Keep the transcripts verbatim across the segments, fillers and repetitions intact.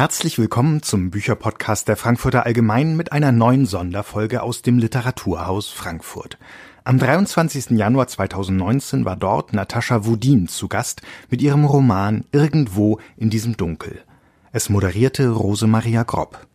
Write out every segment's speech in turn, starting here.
Herzlich willkommen zum Bücherpodcast der Frankfurter Allgemeinen mit einer neuen Sonderfolge aus dem Literaturhaus Frankfurt. Am dreiundzwanzigsten Januar zweitausendneunzehn war dort Natascha Wodin zu Gast mit ihrem Roman Irgendwo in diesem Dunkel. Es moderierte Rosemaria Grob.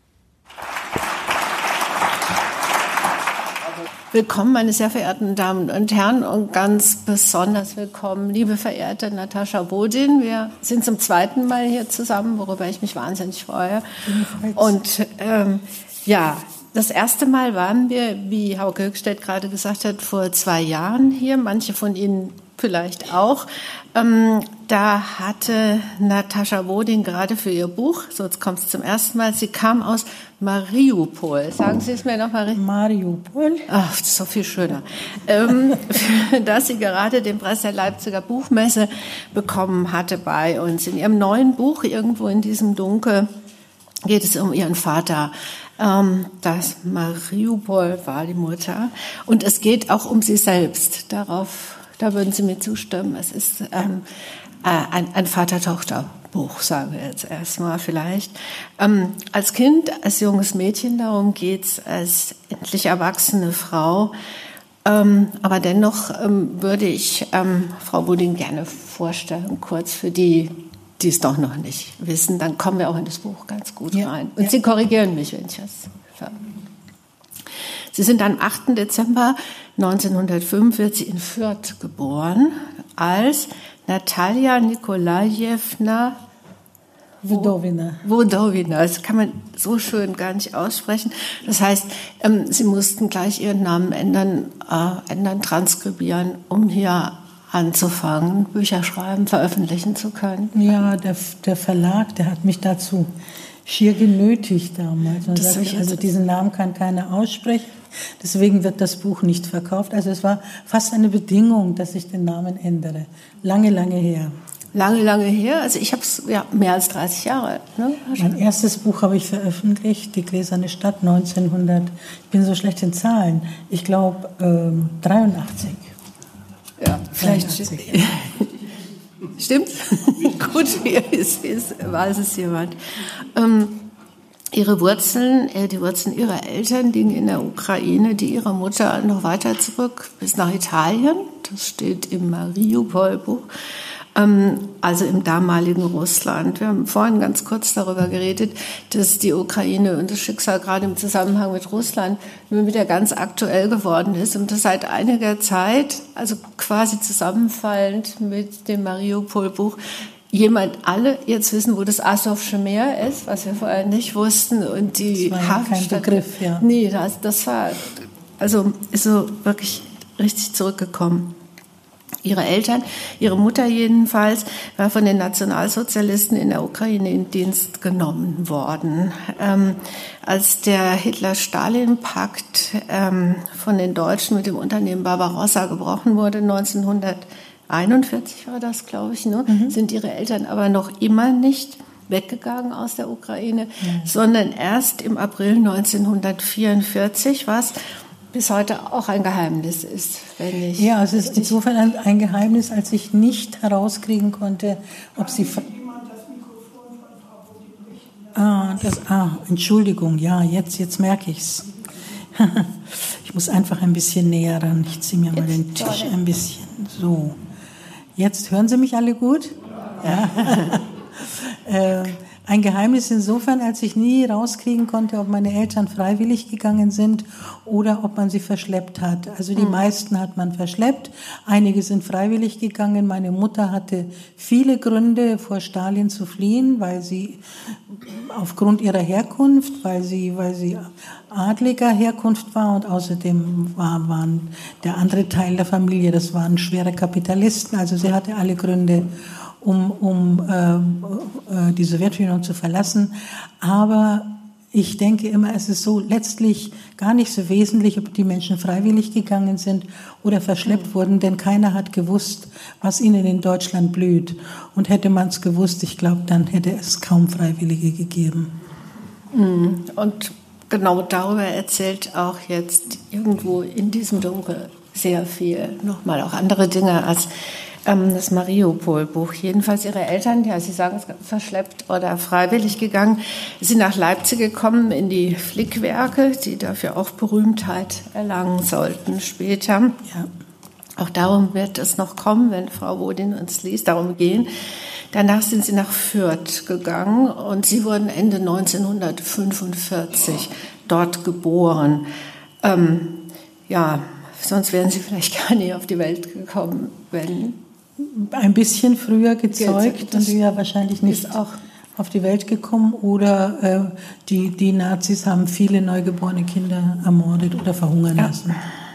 Willkommen, meine sehr verehrten Damen und Herren, und ganz besonders willkommen, liebe verehrte Natascha Wodin. Wir sind zum zweiten Mal hier zusammen, worüber ich mich wahnsinnig freue. Und ähm, ja, das erste Mal waren wir, wie Hauke Höchstedt gerade gesagt hat, vor zwei Jahren hier. Manche von Ihnen vielleicht auch. Ähm, da hatte Natascha Wodin gerade für ihr Buch, so jetzt kommt es zum ersten Mal, sie kam aus Mariupol. Sagen Sie es mir noch mal. Mariupol. Ach, das ist so viel schöner. ähm, dass sie gerade den Preis der Leipziger Buchmesse bekommen hatte bei uns. In ihrem neuen Buch, Irgendwo in diesem Dunkel, geht es um ihren Vater. Ähm, das Mariupol war die Mutter. Und es geht auch um sie selbst. Darauf Da würden Sie mir zustimmen. Es ist ähm, ein, ein Vater-Tochter-Buch, sagen wir jetzt erstmal vielleicht. Ähm, als Kind, als junges Mädchen, darum geht's, als endlich erwachsene Frau. Ähm, aber dennoch ähm, würde ich ähm, Frau Wodin gerne vorstellen, kurz für die, die es doch noch nicht wissen. Dann kommen wir auch in das Buch ganz gut ja, rein. Und ja. Sie korrigieren mich, wenn ich das sage. Sie sind am achten Dezember neunzehnhundertfünfundvierzig in Fürth geboren als Natalia Nikolajewna Wodowina. Wodowina. Das kann man so schön gar nicht aussprechen. Das heißt, ähm, Sie mussten gleich Ihren Namen ändern, äh, ändern, transkribieren, um hier anzufangen, Bücher schreiben, veröffentlichen zu können. Ja, der, der Verlag, der hat mich dazu schier genötigt damals. Und Das sagte, also diesen Namen kann keiner aussprechen, deswegen wird das Buch nicht verkauft. Also es war fast eine Bedingung, dass ich den Namen ändere. Lange, lange her. Lange, lange her. Also ich habe es ja mehr als dreißig Jahre. Ne? Mein erstes Buch habe ich veröffentlicht, Die gläserne Stadt, neunzehnhundert. Ich bin so schlecht in Zahlen. Ich glaube ähm, dreiundachtzig. Ja, vielleicht. dreiundachtzig. Stimmt? Gut, ist, ist, weiß es jemand. Ähm, ihre Wurzeln, äh, die Wurzeln ihrer Eltern liegen in der Ukraine, die ihrer Mutter noch weiter zurück bis nach Italien. Das steht im Mariupol-Buch. Ähm, also im damaligen Russland. Wir haben vorhin ganz kurz darüber geredet, dass die Ukraine und das Schicksal gerade im Zusammenhang mit Russland nun wieder ganz aktuell geworden ist und das seit einiger Zeit, also quasi zusammenfallend mit dem Mariupol-Buch, jemand alle jetzt wissen, wo das Asowsche Meer ist, was wir vorher nicht wussten, und die das war ja kein Begriff, ja. Nee, das, das war, also ist so wirklich richtig zurückgekommen. Ihre Eltern, ihre Mutter jedenfalls, war von den Nationalsozialisten in der Ukraine in Dienst genommen worden. Ähm, als der Hitler-Stalin-Pakt ähm, von den Deutschen mit dem Unternehmen Barbarossa gebrochen wurde, neunzehnhunderteinundvierzig war das, glaube ich, ne, mhm. sind ihre Eltern aber noch immer nicht weggegangen aus der Ukraine, mhm. sondern erst im April neunzehnhundertvierundvierzig, was bis heute auch ein Geheimnis ist, wenn ich... Ja, es ist insofern ein, ein Geheimnis, als ich nicht herauskriegen konnte, ob sie... Ah, das, ah, Entschuldigung, ja, jetzt, jetzt merke ich's. Ich muss einfach ein bisschen näher ran. Ich ziehe mir mal den Tisch ein bisschen. So. Jetzt hören Sie mich alle gut? Ja. äh, Ein Geheimnis insofern, als ich nie rauskriegen konnte, ob meine Eltern freiwillig gegangen sind oder ob man sie verschleppt hat. Also die mhm. meisten hat man verschleppt, einige sind freiwillig gegangen. Meine Mutter hatte viele Gründe, vor Stalin zu fliehen, weil sie aufgrund ihrer Herkunft, weil sie, weil sie adliger Herkunft war, und außerdem war, waren der andere Teil der Familie, das waren schwere Kapitalisten. Also sie hatte alle Gründe, um, um äh, äh, die Sowjetunion zu verlassen. Aber ich denke immer, es ist so letztlich gar nicht so wesentlich, ob die Menschen freiwillig gegangen sind oder verschleppt wurden, denn keiner hat gewusst, was ihnen in Deutschland blüht. Und hätte man es gewusst, ich glaube, dann hätte es kaum Freiwillige gegeben. Und genau darüber erzählt auch jetzt Irgendwo in diesem Dunkel sehr viel. Nochmal auch andere Dinge als ähm, das Mariupol-Buch. Jedenfalls ihre Eltern, ja, Sie sagen es verschleppt oder freiwillig gegangen, sind nach Leipzig gekommen in die Flickwerke, die dafür auch Berühmtheit erlangen sollten später. Ja. Auch darum wird es noch kommen, wenn Frau Wodin uns liest, darum gehen. Danach sind sie nach Fürth gegangen und sie wurden Ende neunzehnhundertfünfundvierzig dort geboren. Ähm, ja, sonst wären sie vielleicht gar nicht auf die Welt gekommen, wenn... Ein bisschen früher gezeugt und ja wahrscheinlich nicht auch auf die Welt gekommen oder äh, die, die Nazis haben viele neugeborene Kinder ermordet oder verhungern ja. lassen.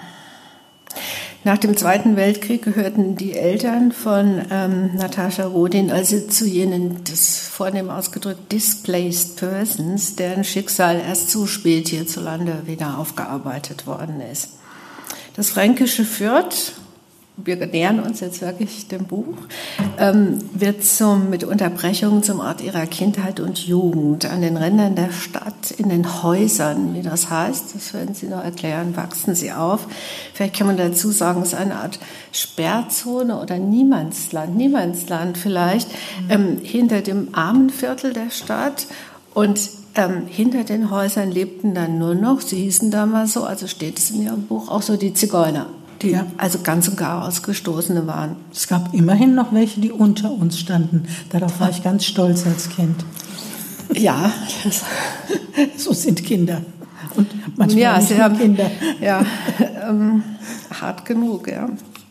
Nach dem Zweiten Weltkrieg gehörten die Eltern von ähm, Natascha Wodin also zu jenen, das vornehm ausgedrückt, displaced persons, deren Schicksal erst zu spät hierzulande wieder aufgearbeitet worden ist. Das fränkische Fürth, wir nähern uns jetzt wirklich dem Buch, ähm, wird zum, mit Unterbrechungen zum Ort ihrer Kindheit und Jugend. An den Rändern der Stadt, in den Häusern, wie das heißt, das werden Sie noch erklären, wachsen sie auf. Vielleicht kann man dazu sagen, es ist eine Art Sperrzone oder Niemandsland, Niemandsland vielleicht, ähm, hinter dem Armenviertel der Stadt. Und ähm, hinter den Häusern lebten dann nur noch, sie hießen damals so, also steht es in Ihrem Buch, auch so die Zigeuner. Die ja. also ganz und gar Ausgestoßene waren. Es gab immerhin noch welche, die unter uns standen. Darauf war ich ganz stolz als Kind. Ja. Das so sind Kinder. Und manchmal ja, nicht sie nur haben, Kinder. Ja, ähm, hart genug, ja.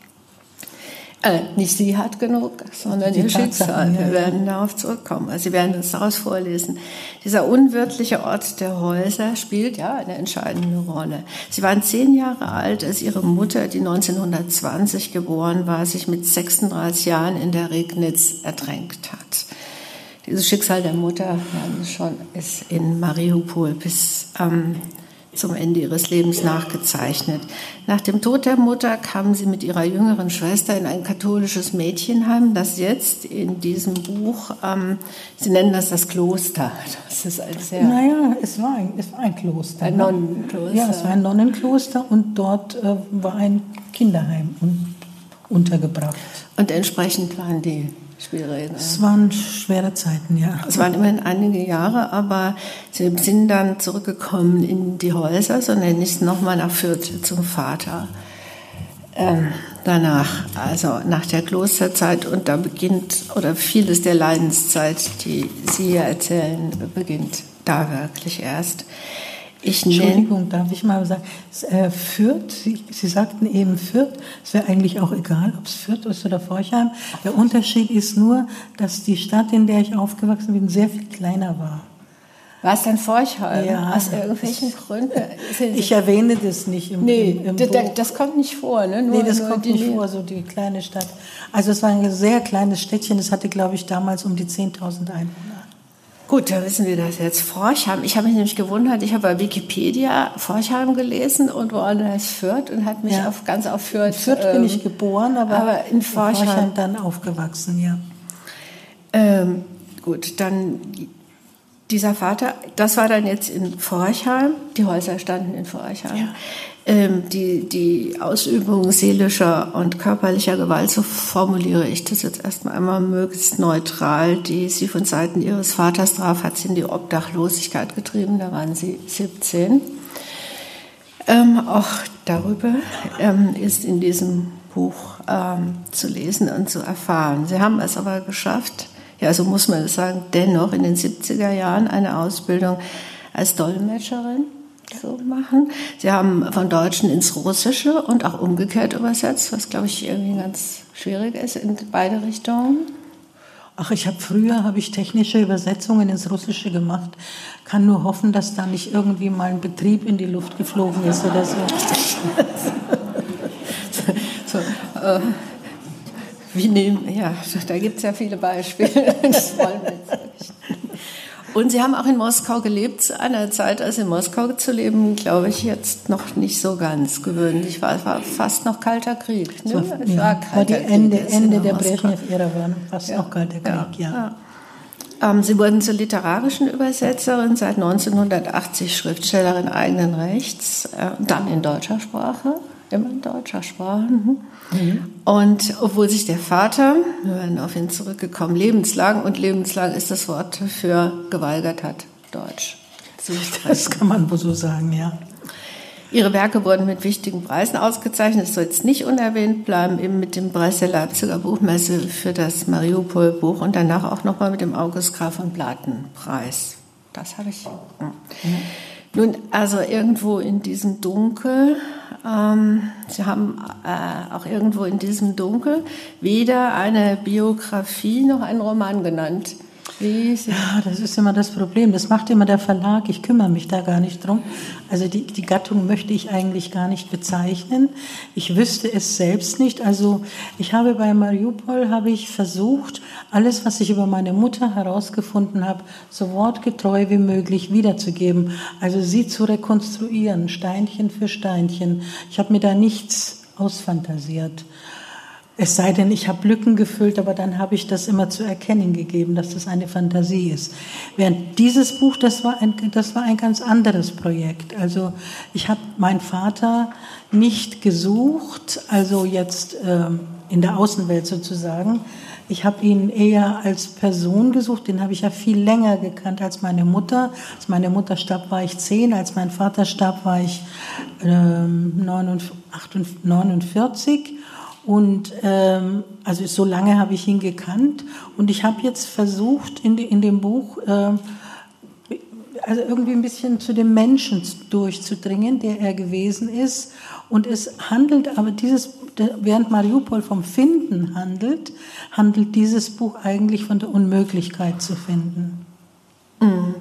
Äh, nicht sie hart genug, sondern ihr Schicksal. Wir werden darauf zurückkommen. Also Sie werden uns daraus vorlesen. Dieser unwirtliche Ort der Häuser spielt ja eine entscheidende Rolle. Sie waren zehn Jahre alt, als ihre Mutter, die neunzehnhundertzwanzig geboren war, sich mit sechsunddreißig Jahren in der Regnitz ertränkt hat. Dieses Schicksal der Mutter, wir haben es schon, ist in Mariupol bis ähm, zum Ende ihres Lebens nachgezeichnet. Nach dem Tod der Mutter kam sie mit ihrer jüngeren Schwester in ein katholisches Mädchenheim, das jetzt in diesem Buch, ähm, Sie nennen das das Kloster. Das ist ein sehr... Naja, es war ein, es war ein Kloster. Ein ne? Nonnenkloster. Ja, es war ein Nonnenkloster und dort äh, war ein Kinderheim un- untergebracht. Und entsprechend waren die schwere. Es waren schwere Zeiten, ja. Es waren immerhin einige Jahre, aber sie sind dann zurückgekommen in die Häuser, sondern nicht nochmal nach Fürth zum Vater. Ähm, danach, also nach der Klosterzeit, und da beginnt, oder vieles der Leidenszeit, die Sie hier erzählen, beginnt da wirklich erst. Ich Entschuldigung, darf ich mal sagen, äh, Fürth, Sie, Sie sagten eben Fürth, es wäre eigentlich auch egal, ob es Fürth ist oder Forchheim. Der Unterschied ist nur, dass die Stadt, in der ich aufgewachsen bin, sehr viel kleiner war. War es dann Forchheim? Ja. Aus irgendwelchen Gründen? Ich erwähne das nicht im, nee, im, im das, Buch. das kommt nicht vor, ne? Nur, nee, das nur kommt die nicht vor, so die kleine Stadt. Also es war ein sehr kleines Städtchen, das hatte, glaube ich, damals um die zehntausend Einwohner. Gut, da wissen wir das jetzt. Forchheim. Ich habe mich nämlich gewundert, ich habe bei Wikipedia Forchheim gelesen und woanders Fürth und hat mich Ja. auf, ganz auf Fürth... In Fürth ähm, bin ich geboren, aber, aber in Forchheim. in Forchheim dann aufgewachsen, ja. Ähm, gut, dann dieser Vater, das war dann jetzt in Forchheim, die Häuser standen in Forchheim. Ja. Ähm, die, die Ausübung seelischer und körperlicher Gewalt, so formuliere ich das jetzt erstmal einmal möglichst neutral, die sie von Seiten ihres Vaters traf, hat sie in die Obdachlosigkeit getrieben, da waren sie siebzehn. Ähm, auch darüber ähm, ist in diesem Buch ähm, zu lesen und zu erfahren. Sie haben es aber geschafft, ja, so muss man es sagen, dennoch in den siebziger Jahren eine Ausbildung als Dolmetscherin zu machen. Sie haben von Deutschen ins Russische und auch umgekehrt übersetzt, was, glaube ich, irgendwie ganz schwierig ist in beide Richtungen. Ach, ich habe früher habe ich technische Übersetzungen ins Russische gemacht. Kann nur hoffen, dass da nicht irgendwie mal ein Betrieb in die Luft geflogen ist oder so. so äh, wie nehmen, ja, da gibt es ja viele Beispiele. Das wollen wir jetzt nicht. Und Sie haben auch in Moskau gelebt, zu einer Zeit, als in Moskau zu leben, glaube ich, jetzt noch nicht so ganz gewöhnlich war. Es war fast noch Kalter Krieg. Ne? So, es ja, war kalter war die Krieg, Ende, Ende der Moskau. Brezhnev-Ära war fast Ja. noch Kalter Krieg, ja. ja. ja. Ähm, Sie wurden zur literarischen Übersetzerin, seit neunzehnhundertachtzig Schriftstellerin eigenen Rechts, äh, dann in deutscher Sprache. immer in deutscher Sprache. Mhm. Und obwohl sich der Vater, wir werden auf ihn zurückgekommen, lebenslang, und lebenslang ist das Wort für geweigert hat, Deutsch zu sprechen. Das kann man wohl so sagen, ja. Ihre Werke wurden mit wichtigen Preisen ausgezeichnet. Das soll jetzt nicht unerwähnt bleiben, eben mit dem Preis der Leipziger Buchmesse für das Mariupol-Buch und danach auch nochmal mit dem August Graf von Platen-Preis. Das habe ich. Ja. Mhm. Nun, also irgendwo in diesem Dunkel, ähm, Sie haben äh, auch irgendwo in diesem Dunkel weder eine Biografie noch einen Roman genannt. Wie Sie ja, das ist immer das Problem. Das macht immer der Verlag. Ich kümmere mich da gar nicht drum. Also die, die Gattung möchte ich eigentlich gar nicht bezeichnen. Ich wüsste es selbst nicht. Also ich habe bei Mariupol habe ich versucht, alles, was ich über meine Mutter herausgefunden habe, so wortgetreu wie möglich wiederzugeben. Also sie zu rekonstruieren, Steinchen für Steinchen. Ich habe mir da nichts ausfantasiert. Es sei denn, ich habe Lücken gefüllt, aber dann habe ich das immer zu erkennen gegeben, dass das eine Fantasie ist. Während dieses Buch, das war ein, das war ein ganz anderes Projekt. Also ich habe meinen Vater nicht gesucht, also jetzt ähm, in der Außenwelt sozusagen. Ich habe ihn eher als Person gesucht, den habe ich ja viel länger gekannt als meine Mutter. Als meine Mutter starb, war ich zehn, als mein Vater starb, war ich ähm, neunundvierzig. Und ähm, also so lange habe ich ihn gekannt und ich habe jetzt versucht in, de, in dem Buch äh, also irgendwie ein bisschen zu dem Menschen durchzudringen, der er gewesen ist. Und es handelt aber dieses, während Mariupol vom Finden handelt, handelt dieses Buch eigentlich von der Unmöglichkeit zu finden. Mhm.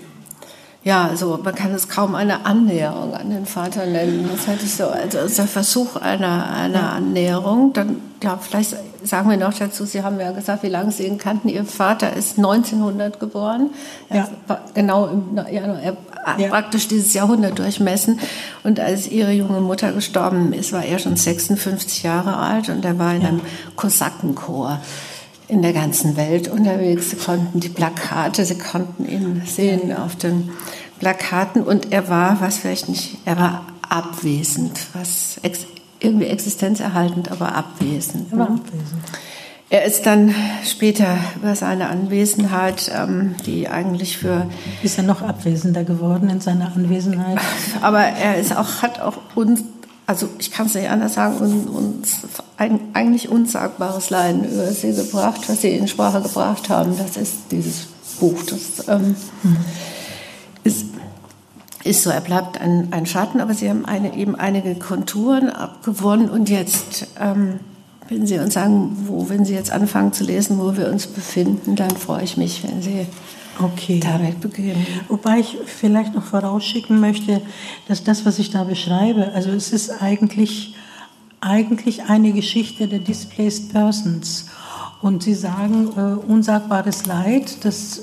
Ja, also man kann es kaum eine Annäherung an den Vater nennen. Das halte ich so, also der Versuch einer, einer Annäherung. Dann, ja, vielleicht sagen wir noch dazu, Sie haben ja gesagt, wie lange Sie ihn kannten. Ihr Vater ist neunzehnhundert geboren. Er ja. war genau im Januar, er ja. praktisch dieses Jahrhundert durchmessen. Und als Ihre junge Mutter gestorben ist, war er schon sechsundfünfzig Jahre alt und er war in ja. einem Kosakenchor in der ganzen Welt unterwegs. Sie konnten die Plakate, sie konnten ihn sehen auf den Plakaten und er war, was vielleicht nicht, er war abwesend, was ex, irgendwie existenzerhaltend, aber abwesend. Er war abwesend. Er ist dann später über seine Anwesenheit, ähm, die eigentlich für... Ist er noch abwesender geworden in seiner Anwesenheit? Aber er ist auch, hat auch uns... Also ich kann es nicht anders sagen, uns eigentlich unsagbares Leiden über sie gebracht, was sie in Sprache gebracht haben. Das ist dieses Buch. Das ähm, mhm. ist, ist so, er bleibt ein, ein Schatten, aber sie haben eine, eben einige Konturen abgewonnen. Und jetzt, ähm, wenn Sie uns sagen, wo, wenn Sie jetzt anfangen zu lesen, wo wir uns befinden, dann freue ich mich, wenn Sie... Okay. Damit beginnen. Wobei ich vielleicht noch vorausschicken möchte, dass das, was ich da beschreibe, also es ist eigentlich, eigentlich eine Geschichte der Displaced Persons. Und Sie sagen, äh, unsagbares Leid, das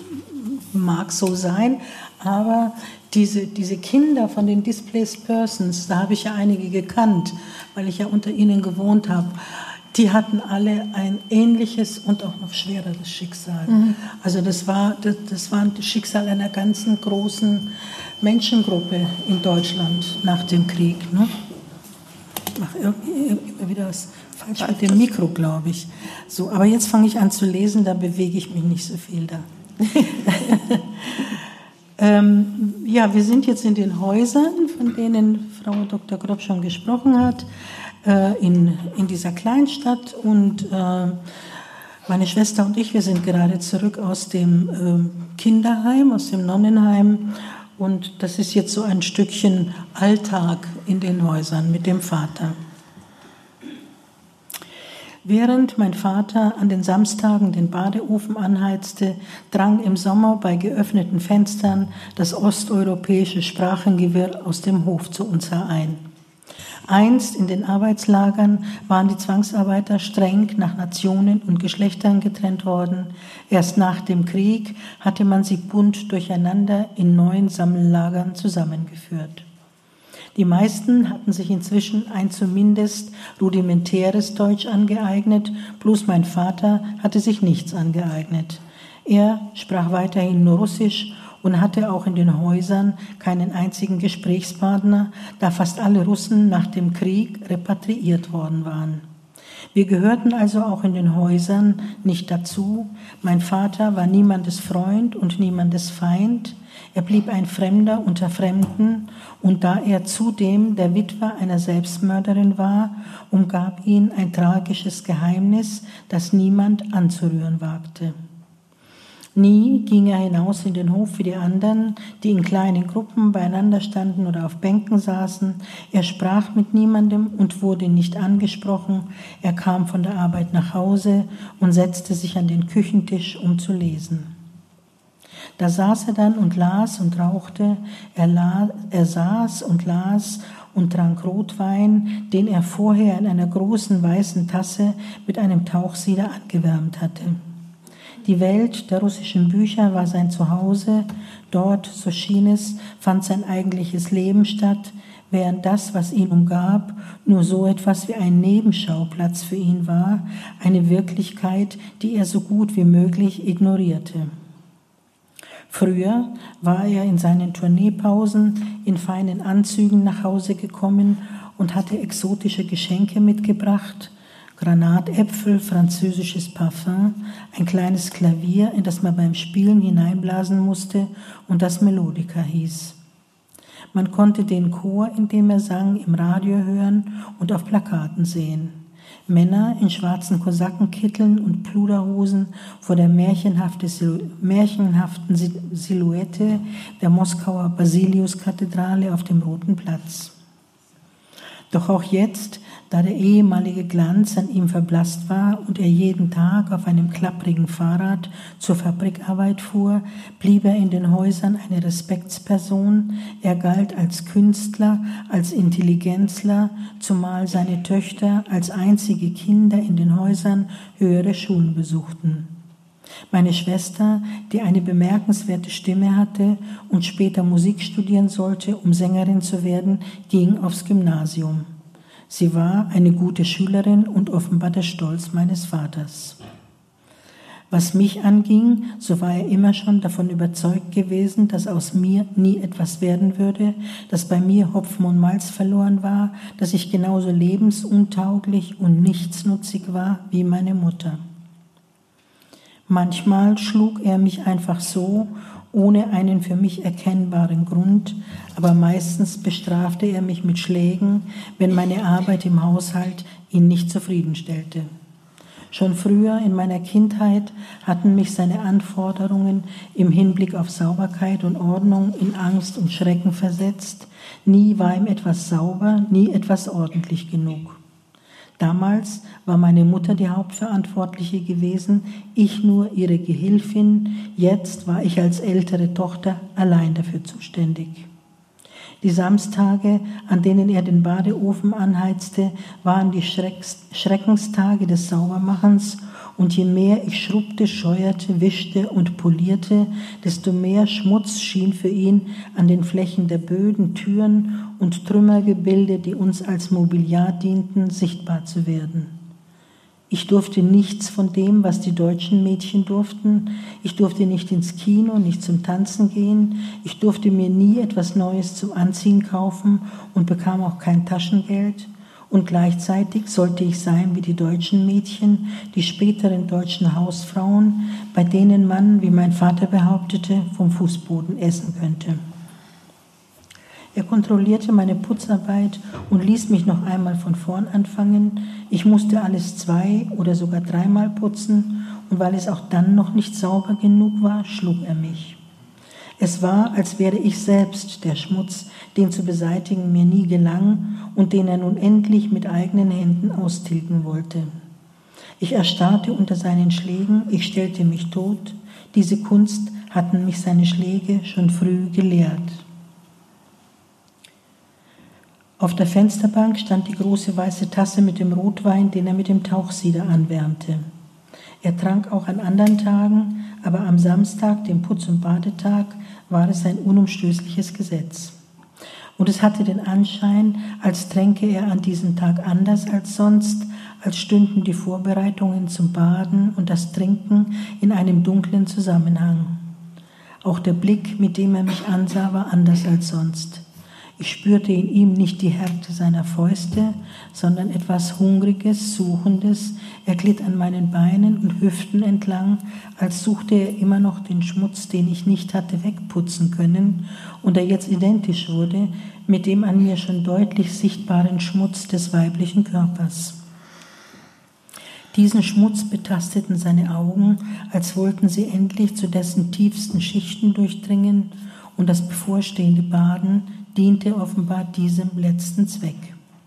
mag so sein, aber diese, diese Kinder von den Displaced Persons, da habe ich ja einige gekannt, weil ich ja unter ihnen gewohnt habe, die hatten alle ein ähnliches und auch noch schwereres Schicksal. Mhm. Also das war, das, das war das Schicksal einer ganzen großen Menschengruppe in Deutschland nach dem Krieg. Ne? Ich mache immer wieder was falsch mit dem Mikro, glaube ich. So, aber jetzt fange ich an zu lesen, da bewege ich mich nicht so viel da. ähm, ja, wir sind jetzt in den Häusern, von denen Frau Doktor Grob schon gesprochen hat. In, in dieser Kleinstadt und äh, meine Schwester und ich, wir sind gerade zurück aus dem äh, Kinderheim, aus dem Nonnenheim und das ist jetzt so ein Stückchen Alltag in den Häusern mit dem Vater. Während mein Vater an den Samstagen den Badeofen anheizte, drang im Sommer bei geöffneten Fenstern das osteuropäische Sprachengewirr aus dem Hof zu uns herein. Einst in den Arbeitslagern waren die Zwangsarbeiter streng nach Nationen und Geschlechtern getrennt worden. Erst nach dem Krieg hatte man sie bunt durcheinander in neuen Sammellagern zusammengeführt. Die meisten hatten sich inzwischen ein zumindest rudimentäres Deutsch angeeignet, bloß mein Vater hatte sich nichts angeeignet. Er sprach weiterhin nur Russisch und hatte auch in den Häusern keinen einzigen Gesprächspartner, da fast alle Russen nach dem Krieg repatriiert worden waren. Wir gehörten also auch in den Häusern nicht dazu. Mein Vater war niemandes Freund und niemandes Feind. Er blieb ein Fremder unter Fremden, und da er zudem der Witwer einer Selbstmörderin war, umgab ihn ein tragisches Geheimnis, das niemand anzurühren wagte. Nie ging er hinaus in den Hof wie die anderen, die in kleinen Gruppen beieinander standen oder auf Bänken saßen. Er sprach mit niemandem und wurde nicht angesprochen. Er kam von der Arbeit nach Hause und setzte sich an den Küchentisch, um zu lesen. Da saß er dann und las und rauchte. Er, la- er saß und las und trank Rotwein, den er vorher in einer großen weißen Tasse mit einem Tauchsieder angewärmt hatte. Die Welt der russischen Bücher war sein Zuhause. Dort, so schien es, fand sein eigentliches Leben statt, während das, was ihn umgab, nur so etwas wie ein Nebenschauplatz für ihn war, eine Wirklichkeit, die er so gut wie möglich ignorierte. Früher war er in seinen Tourneepausen in feinen Anzügen nach Hause gekommen und hatte exotische Geschenke mitgebracht: Granatäpfel, französisches Parfum, ein kleines Klavier, in das man beim Spielen hineinblasen musste und das Melodica hieß. Man konnte den Chor, in dem er sang, im Radio hören und auf Plakaten sehen. Männer in schwarzen Kosakenkitteln und Pluderhosen vor der märchenhaften Silhouette der Moskauer Basiliuskathedrale auf dem Roten Platz. Doch auch jetzt, da der ehemalige Glanz an ihm verblasst war und er jeden Tag auf einem klapprigen Fahrrad zur Fabrikarbeit fuhr, blieb er in den Häusern eine Respektsperson. Er galt als Künstler, als Intelligenzler, zumal seine Töchter als einzige Kinder in den Häusern höhere Schulen besuchten. Meine Schwester, die eine bemerkenswerte Stimme hatte und später Musik studieren sollte, um Sängerin zu werden, ging aufs Gymnasium. Sie war eine gute Schülerin und offenbar der Stolz meines Vaters. Was mich anging, so war er immer schon davon überzeugt gewesen, dass aus mir nie etwas werden würde, dass bei mir Hopfen und Malz verloren war, dass ich genauso lebensuntauglich und nichtsnutzig war wie meine Mutter. Manchmal schlug er mich einfach so, ohne einen für mich erkennbaren Grund, aber meistens bestrafte er mich mit Schlägen, wenn meine Arbeit im Haushalt ihn nicht zufriedenstellte. Schon früher in meiner Kindheit hatten mich seine Anforderungen im Hinblick auf Sauberkeit und Ordnung in Angst und Schrecken versetzt. Nie war ihm etwas sauber, nie etwas ordentlich genug. Damals war meine Mutter die Hauptverantwortliche gewesen, ich nur ihre Gehilfin. Jetzt war ich als ältere Tochter allein dafür zuständig. Die Samstage, an denen er den Badeofen anheizte, waren die Schreckenstage des Saubermachens, und je mehr ich schrubbte, scheuerte, wischte und polierte, desto mehr Schmutz schien für ihn an den Flächen der Böden, Türen und Trümmergebilde, die uns als Mobiliar dienten, sichtbar zu werden. Ich durfte nichts von dem, was die deutschen Mädchen durften. Ich durfte nicht ins Kino, nicht zum Tanzen gehen. Ich durfte mir nie etwas Neues zum Anziehen kaufen und bekam auch kein Taschengeld. Und gleichzeitig sollte ich sein wie die deutschen Mädchen, die späteren deutschen Hausfrauen, bei denen man, wie mein Vater behauptete, vom Fußboden essen könnte. Er kontrollierte meine Putzarbeit und ließ mich noch einmal von vorn anfangen. Ich musste alles zwei- oder sogar dreimal putzen, und weil es auch dann noch nicht sauber genug war, schlug er mich. Es war, als wäre ich selbst der Schmutz, den zu beseitigen mir nie gelang und den er nun endlich mit eigenen Händen austilgen wollte. Ich erstarrte unter seinen Schlägen, ich stellte mich tot. Diese Kunst hatten mich seine Schläge schon früh gelehrt. Auf der Fensterbank stand die große weiße Tasse mit dem Rotwein, den er mit dem Tauchsieder anwärmte. Er trank auch an anderen Tagen, aber am Samstag, dem Putz- und Badetag, war es ein unumstößliches Gesetz. Und es hatte den Anschein, als tränke er an diesem Tag anders als sonst, als stünden die Vorbereitungen zum Baden und das Trinken in einem dunklen Zusammenhang. Auch der Blick, mit dem er mich ansah, war anders als sonst. Ich spürte in ihm nicht die Härte seiner Fäuste, sondern etwas Hungriges, Suchendes. Er glitt an meinen Beinen und Hüften entlang, als suchte er immer noch den Schmutz, den ich nicht hatte wegputzen können und der jetzt identisch wurde mit dem an mir schon deutlich sichtbaren Schmutz des weiblichen Körpers. Diesen Schmutz betasteten seine Augen, als wollten sie endlich zu dessen tiefsten Schichten durchdringen, und das bevorstehende Baden diente offenbar diesem letzten Zweck.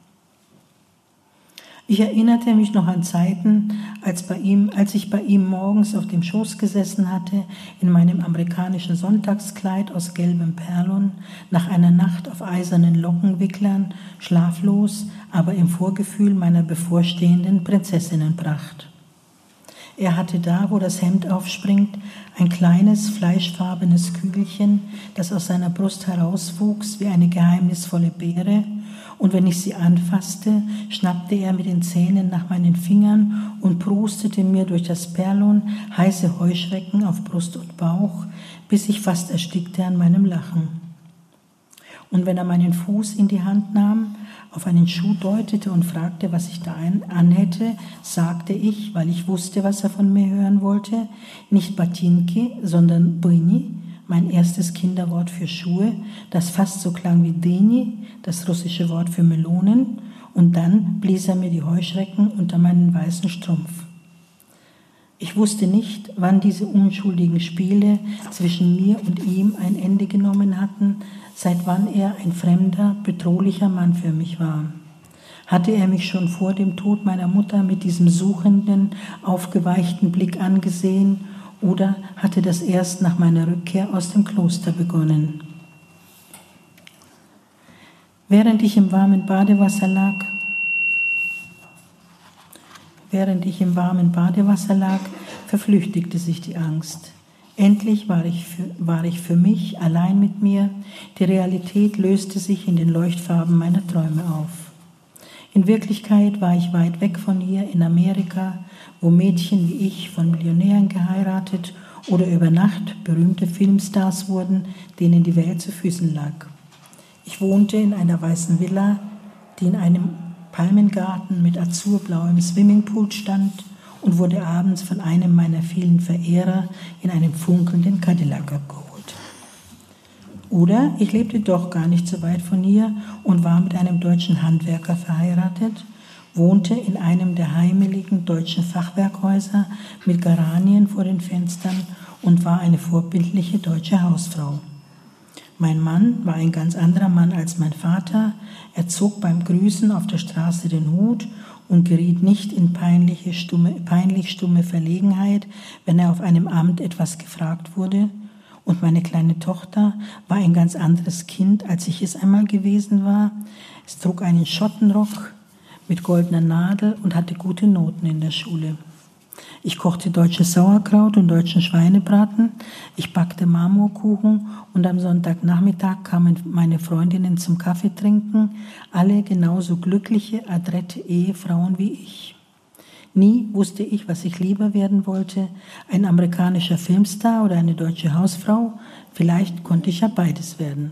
Ich erinnerte mich noch an Zeiten, als, bei ihm, als ich bei ihm morgens auf dem Schoß gesessen hatte, in meinem amerikanischen Sonntagskleid aus gelbem Perlon, nach einer Nacht auf eisernen Lockenwicklern, schlaflos, aber im Vorgefühl meiner bevorstehenden Prinzessinnenpracht. Er hatte da, wo das Hemd aufspringt, ein kleines, fleischfarbenes Kügelchen, das aus seiner Brust herauswuchs wie eine geheimnisvolle Beere, und wenn ich sie anfasste, schnappte er mit den Zähnen nach meinen Fingern und prustete mir durch das Perlon heiße Heuschrecken auf Brust und Bauch, bis ich fast erstickte an meinem Lachen. Und wenn er meinen Fuß in die Hand nahm, auf einen Schuh deutete und fragte, was ich da anhätte, sagte ich, weil ich wusste, was er von mir hören wollte, nicht Batinki, sondern Bini, mein erstes Kinderwort für Schuhe, das fast so klang wie Deni, das russische Wort für Melonen, und dann blies er mir die Heuschrecken unter meinen weißen Strumpf. Ich wusste nicht, wann diese unschuldigen Spiele zwischen mir und ihm ein Ende genommen hatten, seit wann er ein fremder, bedrohlicher Mann für mich war. Hatte er mich schon vor dem Tod meiner Mutter mit diesem suchenden, aufgeweichten Blick angesehen, oder hatte das erst nach meiner Rückkehr aus dem Kloster begonnen? Während ich im warmen Badewasser lag, während ich im warmen Badewasser lag, verflüchtigte sich die Angst. Endlich war ich, für, war ich für mich allein mit mir. Die Realität löste sich in den Leuchtfarben meiner Träume auf. In Wirklichkeit war ich weit weg von hier in Amerika, wo Mädchen wie ich von Millionären geheiratet oder über Nacht berühmte Filmstars wurden, denen die Welt zu Füßen lag. Ich wohnte in einer weißen Villa, die in einem Palmengarten mit azurblauem Swimmingpool stand, und wurde abends von einem meiner vielen Verehrer in einem funkelnden Cadillac abgeholt. Oder ich lebte doch gar nicht so weit von hier und war mit einem deutschen Handwerker verheiratet, wohnte in einem der heimeligen deutschen Fachwerkhäuser mit Geranien vor den Fenstern und war eine vorbildliche deutsche Hausfrau. Mein Mann war ein ganz anderer Mann als mein Vater. Er zog beim Grüßen auf der Straße den Hut und geriet nicht in peinliche, stumme, peinlich stumme Verlegenheit, wenn er auf einem Amt etwas gefragt wurde. Und meine kleine Tochter war ein ganz anderes Kind, als ich es einmal gewesen war. Es trug einen Schottenrock mit goldener Nadel und hatte gute Noten in der Schule. Ich kochte deutsches Sauerkraut und deutschen Schweinebraten, ich backte Marmorkuchen und am Sonntagnachmittag kamen meine Freundinnen zum Kaffee trinken, alle genauso glückliche, adrette Ehefrauen wie ich. Nie wusste ich, was ich lieber werden wollte, ein amerikanischer Filmstar oder eine deutsche Hausfrau, vielleicht konnte ich ja beides werden.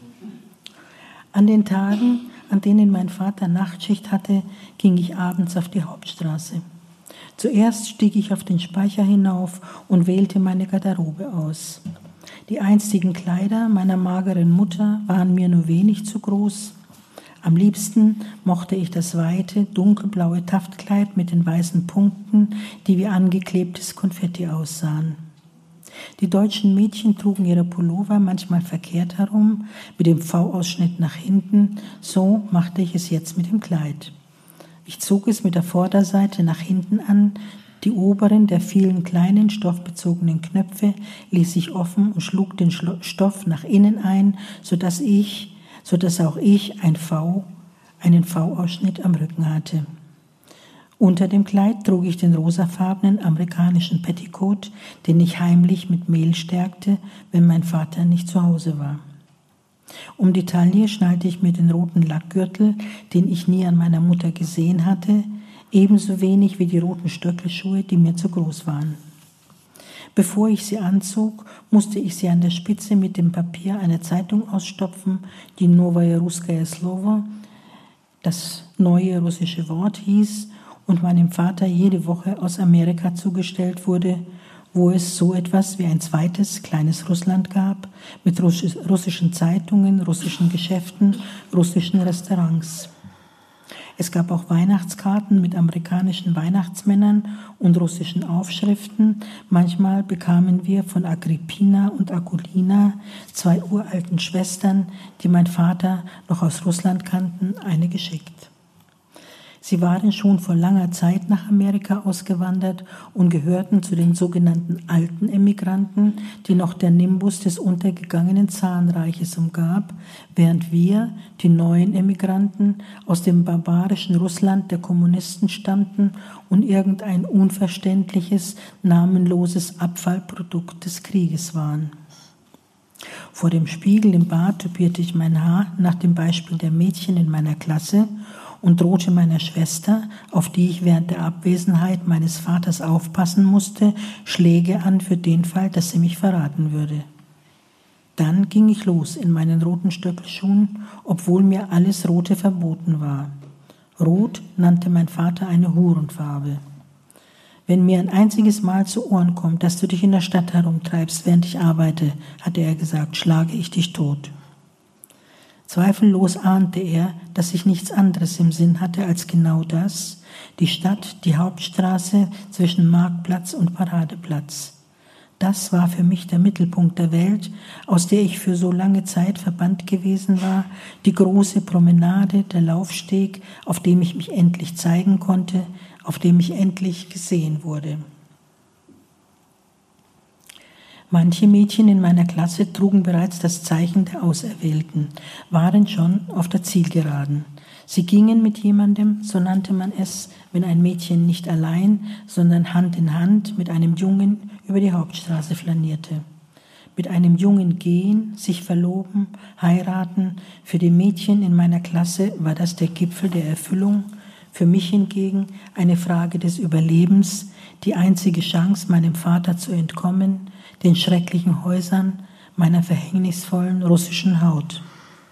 An den Tagen, an denen mein Vater Nachtschicht hatte, ging ich abends auf die Hauptstraße. Zuerst stieg ich auf den Speicher hinauf und wählte meine Garderobe aus. Die einstigen Kleider meiner mageren Mutter waren mir nur wenig zu groß. Am liebsten mochte ich das weite, dunkelblaue Taftkleid mit den weißen Punkten, die wie angeklebtes Konfetti aussahen. Die deutschen Mädchen trugen ihre Pullover manchmal verkehrt herum, mit dem V-Ausschnitt nach hinten. So machte ich es jetzt mit dem Kleid. Ich zog es mit der Vorderseite nach hinten an, die oberen der vielen kleinen stoffbezogenen Knöpfe ließ ich offen und schlug den Stoff nach innen ein, sodass ich, sodass auch ich ein V, einen V-Ausschnitt am Rücken hatte. Unter dem Kleid trug ich den rosafarbenen amerikanischen Petticoat, den ich heimlich mit Mehl stärkte, wenn mein Vater nicht zu Hause war. Um die Taille schnallte ich mir den roten Lackgürtel, den ich nie an meiner Mutter gesehen hatte, ebenso wenig wie die roten Stöckelschuhe, die mir zu groß waren. Bevor ich sie anzog, musste ich sie an der Spitze mit dem Papier einer Zeitung ausstopfen, die Novaya Russkaya Slovo, das neue russische Wort hieß und meinem Vater jede Woche aus Amerika zugestellt wurde, wo es so etwas wie ein zweites kleines Russland gab, mit russischen Zeitungen, russischen Geschäften, russischen Restaurants. Es gab auch Weihnachtskarten mit amerikanischen Weihnachtsmännern und russischen Aufschriften. Manchmal bekamen wir von Agrippina und Akulina, zwei uralten Schwestern, die mein Vater noch aus Russland kannten, eine geschickt. Sie waren schon vor langer Zeit nach Amerika ausgewandert und gehörten zu den sogenannten alten Emigranten, die noch der Nimbus des untergegangenen Zarenreiches umgab, während wir, die neuen Emigranten, aus dem barbarischen Russland der Kommunisten stammten und irgendein unverständliches, namenloses Abfallprodukt des Krieges waren. Vor dem Spiegel im Bad tupierte ich mein Haar nach dem Beispiel der Mädchen in meiner Klasse und drohte meiner Schwester, auf die ich während der Abwesenheit meines Vaters aufpassen musste, Schläge an für den Fall, dass sie mich verraten würde. Dann ging ich los in meinen roten Stöckelschuhen, obwohl mir alles Rote verboten war. Rot nannte mein Vater eine Hurenfarbe. Wenn mir ein einziges Mal zu Ohren kommt, dass du dich in der Stadt herumtreibst, während ich arbeite, hatte er gesagt, schlage ich dich tot. Zweifellos ahnte er, dass ich nichts anderes im Sinn hatte als genau das, die Stadt, die Hauptstraße zwischen Marktplatz und Paradeplatz. Das war für mich der Mittelpunkt der Welt, aus der ich für so lange Zeit verbannt gewesen war, die große Promenade, der Laufsteg, auf dem ich mich endlich zeigen konnte, auf dem ich endlich gesehen wurde. Manche Mädchen in meiner Klasse trugen bereits das Zeichen der Auserwählten, waren schon auf der Zielgeraden. Sie gingen mit jemandem, so nannte man es, wenn ein Mädchen nicht allein, sondern Hand in Hand mit einem Jungen über die Hauptstraße flanierte. Mit einem Jungen gehen, sich verloben, heiraten, für die Mädchen in meiner Klasse war das der Gipfel der Erfüllung, für mich hingegen eine Frage des Überlebens, die einzige Chance, meinem Vater zu entkommen, den schrecklichen Häusern, meiner verhängnisvollen russischen Haut.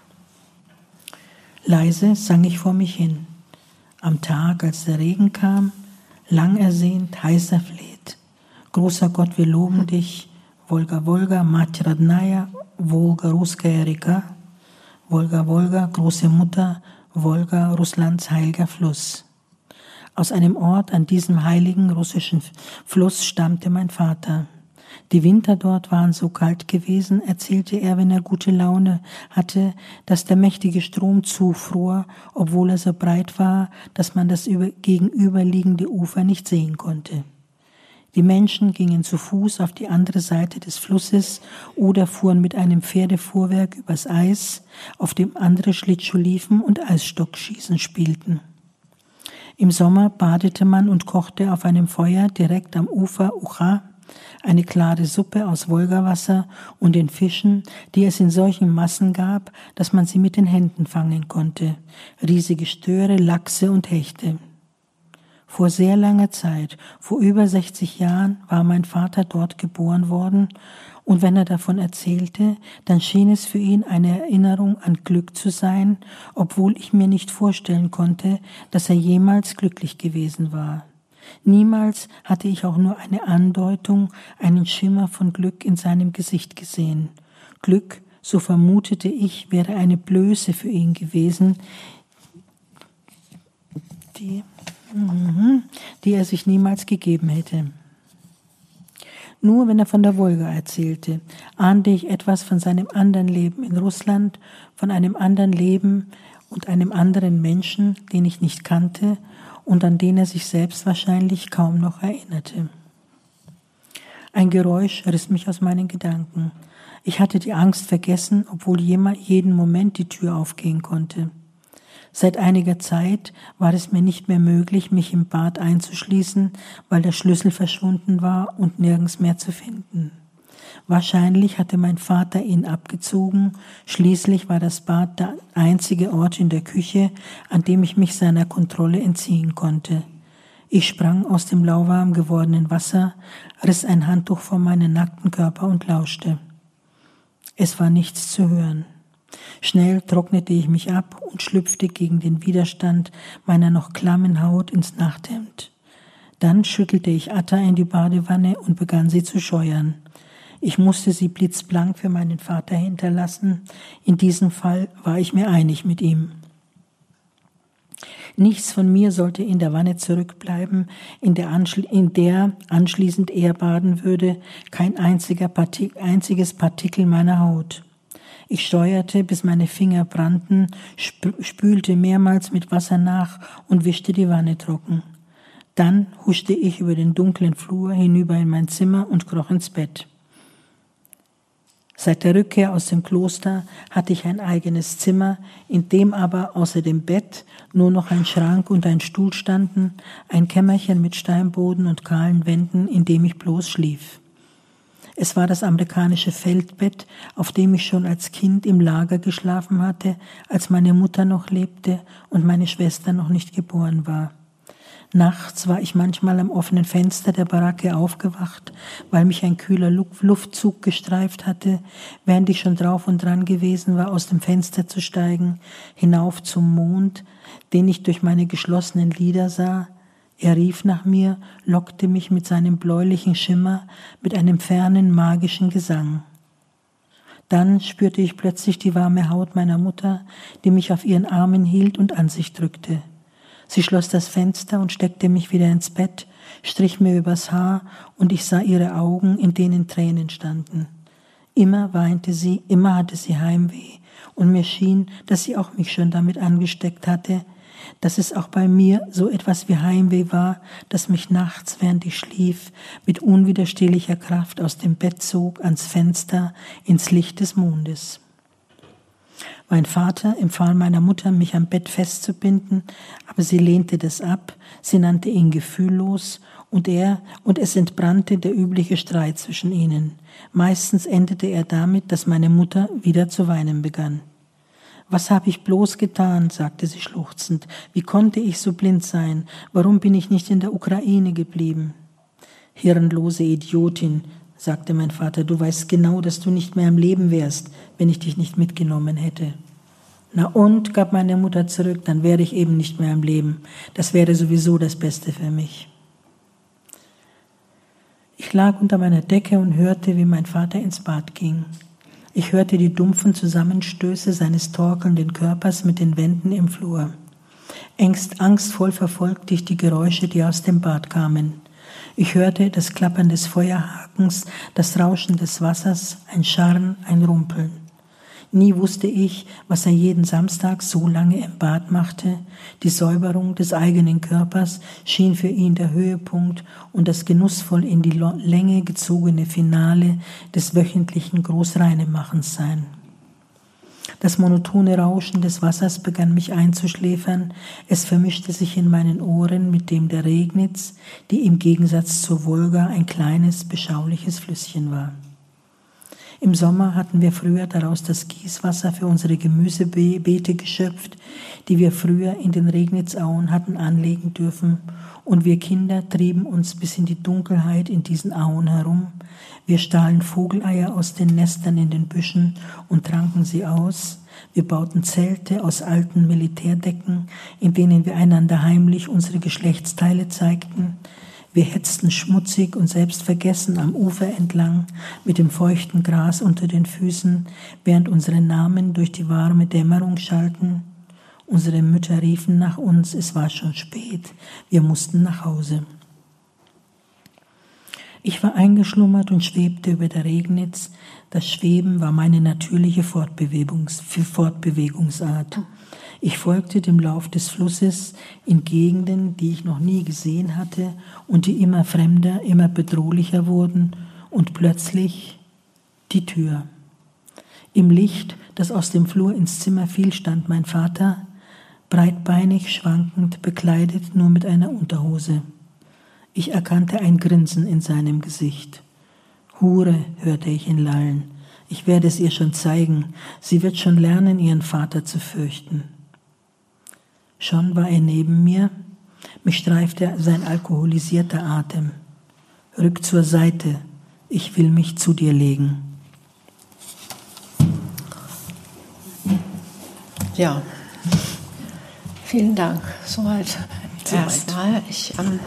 Leise sang ich vor mich hin. Am Tag, als der Regen kam, lang ersehnt, heiß erfleht. Großer Gott, wir loben dich, Wolga, Wolga, Mать Родная, Wolga, Russkaya Reka, Wolga, Wolga, große Mutter, Wolga, Russlands heiliger Fluss. Aus einem Ort an diesem heiligen russischen Fluss stammte mein Vater. Die Winter dort waren so kalt gewesen, erzählte er, wenn er gute Laune hatte, dass der mächtige Strom zufror, obwohl er so breit war, dass man das gegenüberliegende Ufer nicht sehen konnte. Die Menschen gingen zu Fuß auf die andere Seite des Flusses oder fuhren mit einem Pferdefuhrwerk übers Eis, auf dem andere Schlittschuh liefen und Eisstockschießen spielten. Im Sommer badete man und kochte auf einem Feuer direkt am Ufer Ucha eine klare Suppe aus Wolgawasser und den Fischen, die es in solchen Massen gab, dass man sie mit den Händen fangen konnte, riesige Störe, Lachse und Hechte. Vor sehr langer Zeit, vor über sechzig Jahren, war mein Vater dort geboren worden, und wenn er davon erzählte, dann schien es für ihn eine Erinnerung an Glück zu sein, obwohl ich mir nicht vorstellen konnte, dass er jemals glücklich gewesen war. Niemals hatte ich auch nur eine Andeutung, einen Schimmer von Glück in seinem Gesicht gesehen. Glück, so vermutete ich, wäre eine Blöße für ihn gewesen, die, die er sich niemals gegeben hätte. Nur wenn er von der Wolga erzählte, ahnte ich etwas von seinem anderen Leben in Russland, von einem anderen Leben und einem anderen Menschen, den ich nicht kannte und an den er sich selbst wahrscheinlich kaum noch erinnerte. Ein Geräusch riss mich aus meinen Gedanken. Ich hatte die Angst vergessen, obwohl jeden Moment die Tür aufgehen konnte. Seit einiger Zeit war es mir nicht mehr möglich, mich im Bad einzuschließen, weil der Schlüssel verschwunden war und nirgends mehr zu finden. Wahrscheinlich hatte mein Vater ihn abgezogen. Schließlich war das Bad der einzige Ort in der Küche, an dem ich mich seiner Kontrolle entziehen konnte. Ich sprang aus dem lauwarm gewordenen Wasser, riss ein Handtuch vor meinen nackten Körper und lauschte. Es war nichts zu hören. Schnell trocknete ich mich ab und schlüpfte gegen den Widerstand meiner noch klammen Haut ins Nachthemd. Dann schüttelte ich Atta in die Badewanne und begann sie zu scheuern. Ich musste sie blitzblank für meinen Vater hinterlassen. In diesem Fall war ich mir einig mit ihm. Nichts von mir sollte in der Wanne zurückbleiben, in der, anschli- in der anschließend er baden würde, kein einziger Partik- einziges Partikel meiner Haut. Ich steuerte, bis meine Finger brannten, sp- spülte mehrmals mit Wasser nach und wischte die Wanne trocken. Dann huschte ich über den dunklen Flur hinüber in mein Zimmer und kroch ins Bett. Seit der Rückkehr aus dem Kloster hatte ich ein eigenes Zimmer, in dem aber außer dem Bett nur noch ein Schrank und ein Stuhl standen, ein Kämmerchen mit Steinboden und kahlen Wänden, in dem ich bloß schlief. Es war das amerikanische Feldbett, auf dem ich schon als Kind im Lager geschlafen hatte, als meine Mutter noch lebte und meine Schwester noch nicht geboren war. Nachts war ich manchmal am offenen Fenster der Baracke aufgewacht, weil mich ein kühler Luftzug gestreift hatte, während ich schon drauf und dran gewesen war, aus dem Fenster zu steigen, hinauf zum Mond, den ich durch meine geschlossenen Lider sah. Er rief nach mir, lockte mich mit seinem bläulichen Schimmer, mit einem fernen, magischen Gesang. Dann spürte ich plötzlich die warme Haut meiner Mutter, die mich auf ihren Armen hielt und an sich drückte. Sie schloss das Fenster und steckte mich wieder ins Bett, strich mir übers Haar und ich sah ihre Augen, in denen Tränen standen. Immer weinte sie, immer hatte sie Heimweh und mir schien, dass sie auch mich schon damit angesteckt hatte, dass es auch bei mir so etwas wie Heimweh war, das mich nachts, während ich schlief, mit unwiderstehlicher Kraft aus dem Bett zog, ans Fenster, ins Licht des Mondes. Mein Vater empfahl meiner Mutter, mich am Bett festzubinden, aber sie lehnte das ab, sie nannte ihn gefühllos und er, und es entbrannte der übliche Streit zwischen ihnen. Meistens endete er damit, dass meine Mutter wieder zu weinen begann. »Was habe ich bloß getan?« sagte sie schluchzend. »Wie konnte ich so blind sein? Warum bin ich nicht in der Ukraine geblieben?« »Hirnlose Idiotin«, sagte mein Vater, »du weißt genau, dass du nicht mehr am Leben wärst, wenn ich dich nicht mitgenommen hätte.« »Na und«, gab meine Mutter zurück, »dann wäre ich eben nicht mehr am Leben. Das wäre sowieso das Beste für mich.« Ich lag unter meiner Decke und hörte, wie mein Vater ins Bad ging. Ich hörte die dumpfen Zusammenstöße seines torkelnden Körpers mit den Wänden im Flur. Ängst, angstvoll verfolgte ich die Geräusche, die aus dem Bad kamen. Ich hörte das Klappern des Feuerhakens, das Rauschen des Wassers, ein Scharren, ein Rumpeln. Nie wusste ich, was er jeden Samstag so lange im Bad machte. Die Säuberung des eigenen Körpers schien für ihn der Höhepunkt und das genussvoll in die Länge gezogene Finale des wöchentlichen Großreinemachens sein. Das monotone Rauschen des Wassers begann mich einzuschläfern. Es vermischte sich in meinen Ohren mit dem der Regnitz, die im Gegensatz zur Wolga ein kleines, beschauliches Flüsschen war. Im Sommer hatten wir früher daraus das Gießwasser für unsere Gemüsebeete geschöpft, die wir früher in den Regnitzauen hatten anlegen dürfen, und wir Kinder trieben uns bis in die Dunkelheit in diesen Auen herum. Wir stahlen Vogeleier aus den Nestern in den Büschen und tranken sie aus. Wir bauten Zelte aus alten Militärdecken, in denen wir einander heimlich unsere Geschlechtsteile zeigten. Wir hetzten schmutzig und selbstvergessen am Ufer entlang mit dem feuchten Gras unter den Füßen, während unsere Namen durch die warme Dämmerung schallten. Unsere Mütter riefen nach uns, es war schon spät, wir mussten nach Hause. Ich war eingeschlummert und schwebte über der Regnitz. Das Schweben war meine natürliche Fortbewegungs- Fortbewegungsart. Ich folgte dem Lauf des Flusses in Gegenden, die ich noch nie gesehen hatte und die immer fremder, immer bedrohlicher wurden, und plötzlich die Tür. Im Licht, das aus dem Flur ins Zimmer fiel, stand mein Vater, breitbeinig, schwankend, bekleidet nur mit einer Unterhose. Ich erkannte ein Grinsen in seinem Gesicht. »Hure«, hörte ich ihn lallen, »ich werde es ihr schon zeigen, sie wird schon lernen, ihren Vater zu fürchten.« Schon war er neben mir. Mich streifte sein alkoholisierter Atem. Rück zur Seite, ich will mich zu dir legen. Ja, vielen Dank. Soweit erstmal. Ich, ähm,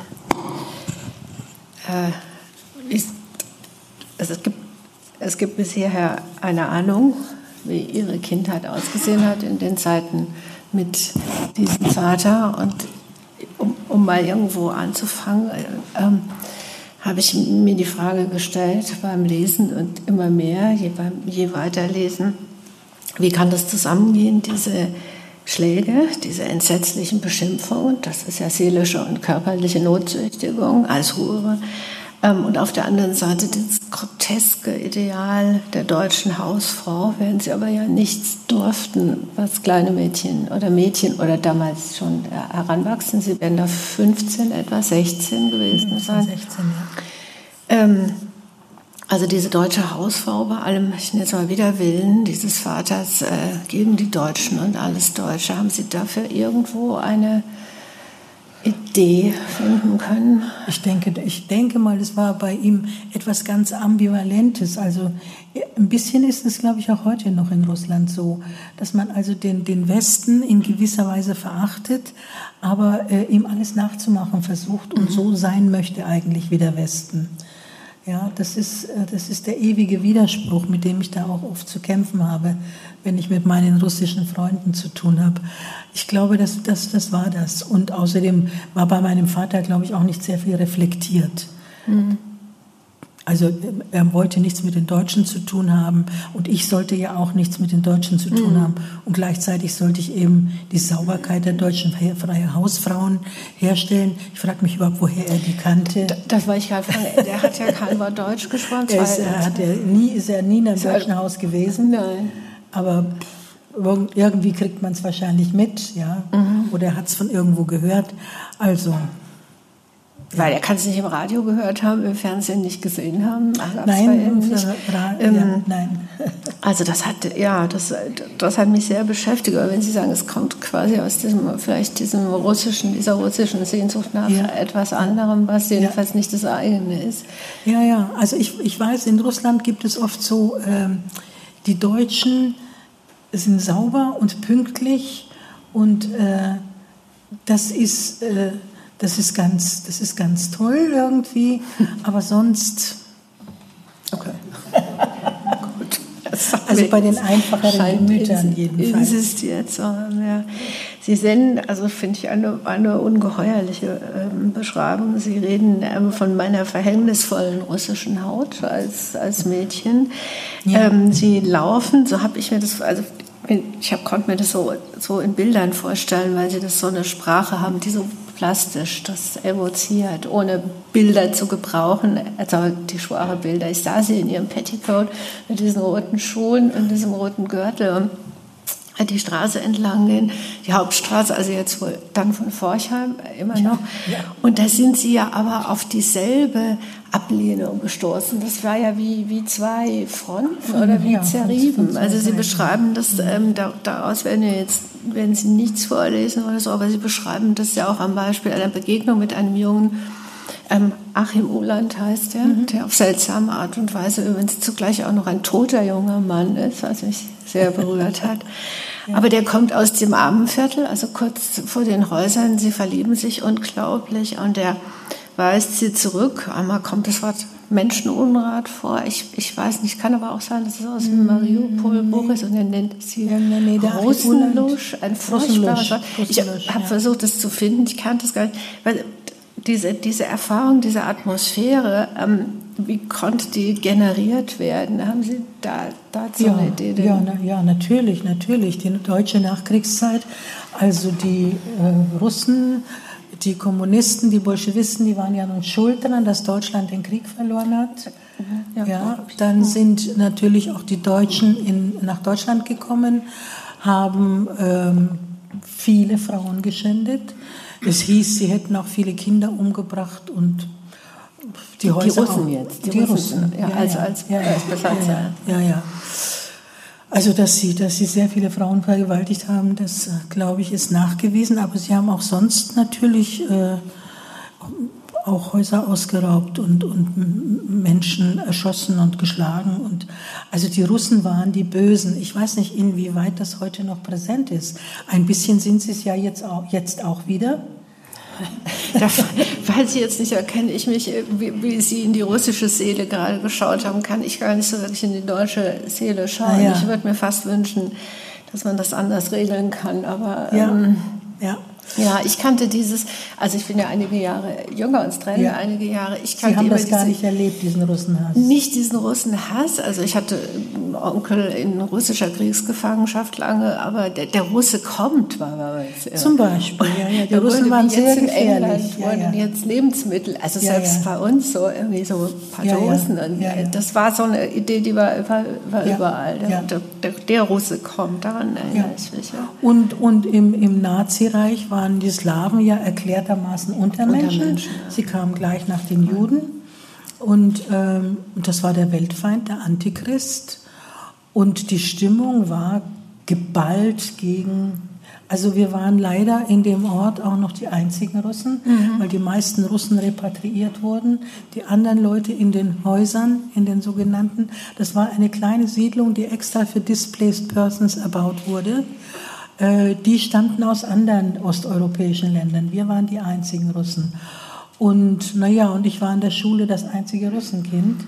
äh, ich, also es gibt, es gibt bis hierher eine Ahnung, wie Ihre Kindheit ausgesehen hat in den Zeiten mit diesem Vater. Und um, um mal irgendwo anzufangen, ähm, habe ich mir die Frage gestellt beim Lesen und immer mehr, je, beim, je weiter lesen, wie kann das zusammengehen, diese Schläge, diese entsetzlichen Beschimpfungen, das ist ja seelische und körperliche Notzüchtigung als Hure, ähm, und auf der anderen Seite das groteske Ideal der deutschen Hausfrau, während sie aber ja nichts durften, was kleine Mädchen oder Mädchen oder damals schon heranwachsen, sie werden da fünfzehn, etwa sechzehn gewesen sein. sechzehn, ja. Ähm, Also diese deutsche Hausfrau bei allem, ich nenne es mal Widerwillen dieses Vaters äh, gegen die Deutschen und alles Deutsche, haben Sie dafür irgendwo eine Idee finden können? Ich denke, ich denke mal, es war bei ihm etwas ganz Ambivalentes. Also ein bisschen ist es, glaube ich, auch heute noch in Russland so, dass man also den, den Westen in gewisser Weise verachtet, aber äh, ihm alles nachzumachen versucht und mhm. so sein möchte eigentlich wie der Westen. Ja, das ist, das ist der ewige Widerspruch, mit dem ich da auch oft zu kämpfen habe, wenn ich mit meinen russischen Freunden zu tun habe. Ich glaube, das, das, das war das. Und außerdem war bei meinem Vater, glaube ich, auch nicht sehr viel reflektiert. Mhm. Also er wollte nichts mit den Deutschen zu tun haben und ich sollte ja auch nichts mit den Deutschen zu tun mhm. haben. Und gleichzeitig sollte ich eben die Sauberkeit der deutschen freien Hausfrauen herstellen. Ich frage mich überhaupt, woher er die kannte. Das war ich gerade fragen. Der hat ja kein Wort Deutsch gesprochen. Er ist, er hat ja nie, ist ja nie in einem deutschen Haus gewesen. Nein. Aber irgendwie kriegt man es wahrscheinlich mit, ja. Mhm. Oder er hat es von irgendwo gehört. Also... Weil er kann es nicht im Radio gehört haben, im Fernsehen nicht gesehen haben. Nein, nicht. Ähm, ja, nein. Also das hat, ja, das, das hat mich sehr beschäftigt. Aber wenn Sie sagen, es kommt quasi aus diesem, vielleicht diesem russischen, dieser russischen Sehnsucht nach ja. etwas anderem, was jedenfalls ja. nicht das eigene ist. Ja, ja. Also ich, ich weiß, in Russland gibt es oft so, ähm, die Deutschen sind sauber und pünktlich und äh, das ist... Äh, Das ist ganz, das ist ganz toll irgendwie, aber sonst... Okay. Gut. Also bei den einfacheren Gemütern jedenfalls. Insistiert zu haben, ja. Sie senden, also finde ich eine, eine ungeheuerliche ähm, Beschreibung. Sie reden ähm, von meiner verhängnisvollen russischen Haut als, als Mädchen. Ja. Ähm, Sie laufen, so habe ich mir das... Also, ich hab, konnte mir das so, so in Bildern vorstellen, weil sie das so eine Sprache haben, die so plastisch das evoziert, ohne Bilder zu gebrauchen, also die schwache Bilder. Ich sah sie in ihrem Petticoat mit diesen roten Schuhen und diesem roten Gürtel die Straße entlang gehen, die Hauptstraße, also jetzt wohl dann von Forchheim immer noch. Ja, ja. Und da sind sie ja aber auf dieselbe Ablehnung gestoßen. Das war ja wie, wie zwei Fronten oder wie ja, zerrieben. Also Sie beschreiben das, ähm, da, daraus werden ja jetzt, werden Sie nichts vorlesen oder so, aber Sie beschreiben das ja auch am Beispiel einer Begegnung mit einem jungen Ähm, Achim Uhland heißt er, mhm. der auf seltsame Art und Weise übrigens zugleich auch noch ein toter junger Mann ist, was mich sehr berührt hat. Ja. Aber der kommt aus dem Armenviertel, also kurz vor den Häusern. Sie verlieben sich unglaublich und der weist sie zurück. Einmal kommt das Wort Menschenunrat vor. Ich, ich weiß nicht, kann aber auch sein, dass es aus dem Mariupol-Buch ist und er nennt sie ja, nee, nee, Russenlusch, ein furchtbares Wort. Ich habe ja. versucht, das zu finden, ich kannte das gar nicht. Weil Diese, diese Erfahrung, diese Atmosphäre, ähm, wie konnte die generiert werden? Haben Sie da dazu ja, eine Idee? Ja, na, ja, natürlich, natürlich. Die deutsche Nachkriegszeit, also die äh, Russen, die Kommunisten, die Bolschewisten, die waren ja nun schuld daran, dass Deutschland den Krieg verloren hat. Ja, ja, dann sind natürlich auch die Deutschen in, nach Deutschland gekommen, haben ähm, viele Frauen geschändet. Es hieß, sie hätten auch viele Kinder umgebracht und die, die Häuser Russen auch. jetzt. Die, die Russen, Russen. Ja, ja, als, ja. als, ja, als Besatzer. Ja, ja. ja. Also, dass sie, dass sie sehr viele Frauen vergewaltigt haben, das, äh, glaube ich, ist nachgewiesen. Aber sie haben auch sonst natürlich äh, auch Häuser ausgeraubt und, und Menschen erschossen und geschlagen. Und also die Russen waren die Bösen. Ich weiß nicht, inwieweit das heute noch präsent ist. Ein bisschen sind sie es ja jetzt auch, jetzt auch wieder. Da weiß ich jetzt nicht, erkenne ich mich, wie, wie Sie in die russische Seele gerade geschaut haben, kann ich gar nicht so wirklich in die deutsche Seele schauen. Ah, ja. Ich würde mir fast wünschen, dass man das anders regeln kann. Aber ja. Ähm, ja. Ja, ich kannte dieses, also ich bin ja einige Jahre jünger, uns trennen ja einige Jahre. Ich kannte Sie haben immer das gar diese, nicht erlebt, diesen Russenhass? Nicht diesen Russenhass. Also ich hatte einen Onkel in russischer Kriegsgefangenschaft lange, aber der, der Russe kommt, war war es. Zum Beispiel, ja, ja. Die Russen waren sehr gefährlich. In England ja, wurden ja. jetzt Lebensmittel, also ja, selbst ja. bei uns so irgendwie so ein paar ja, Dosen. ja. Und ja, ja. Das war so eine Idee, die war, war, war ja. überall. Der, ja. der, der, der Russe kommt, daran erinnere ich mich. Ja. Und, und im, im Nazireich waren die Slawen ja erklärtermaßen Untermenschen. Untermenschen ja. Sie kamen gleich nach den Juden. Und ähm, das war der Weltfeind, der Antichrist. Und die Stimmung war geballt gegen... Also wir waren leider in dem Ort auch noch die einzigen Russen, mhm. weil die meisten Russen repatriiert wurden. Die anderen Leute in den Häusern, in den sogenannten, das war eine kleine Siedlung, die extra für Displaced Persons erbaut wurde. Die stammten aus anderen osteuropäischen Ländern. Wir waren die einzigen Russen. Und naja, und ich war in der Schule das einzige Russenkind.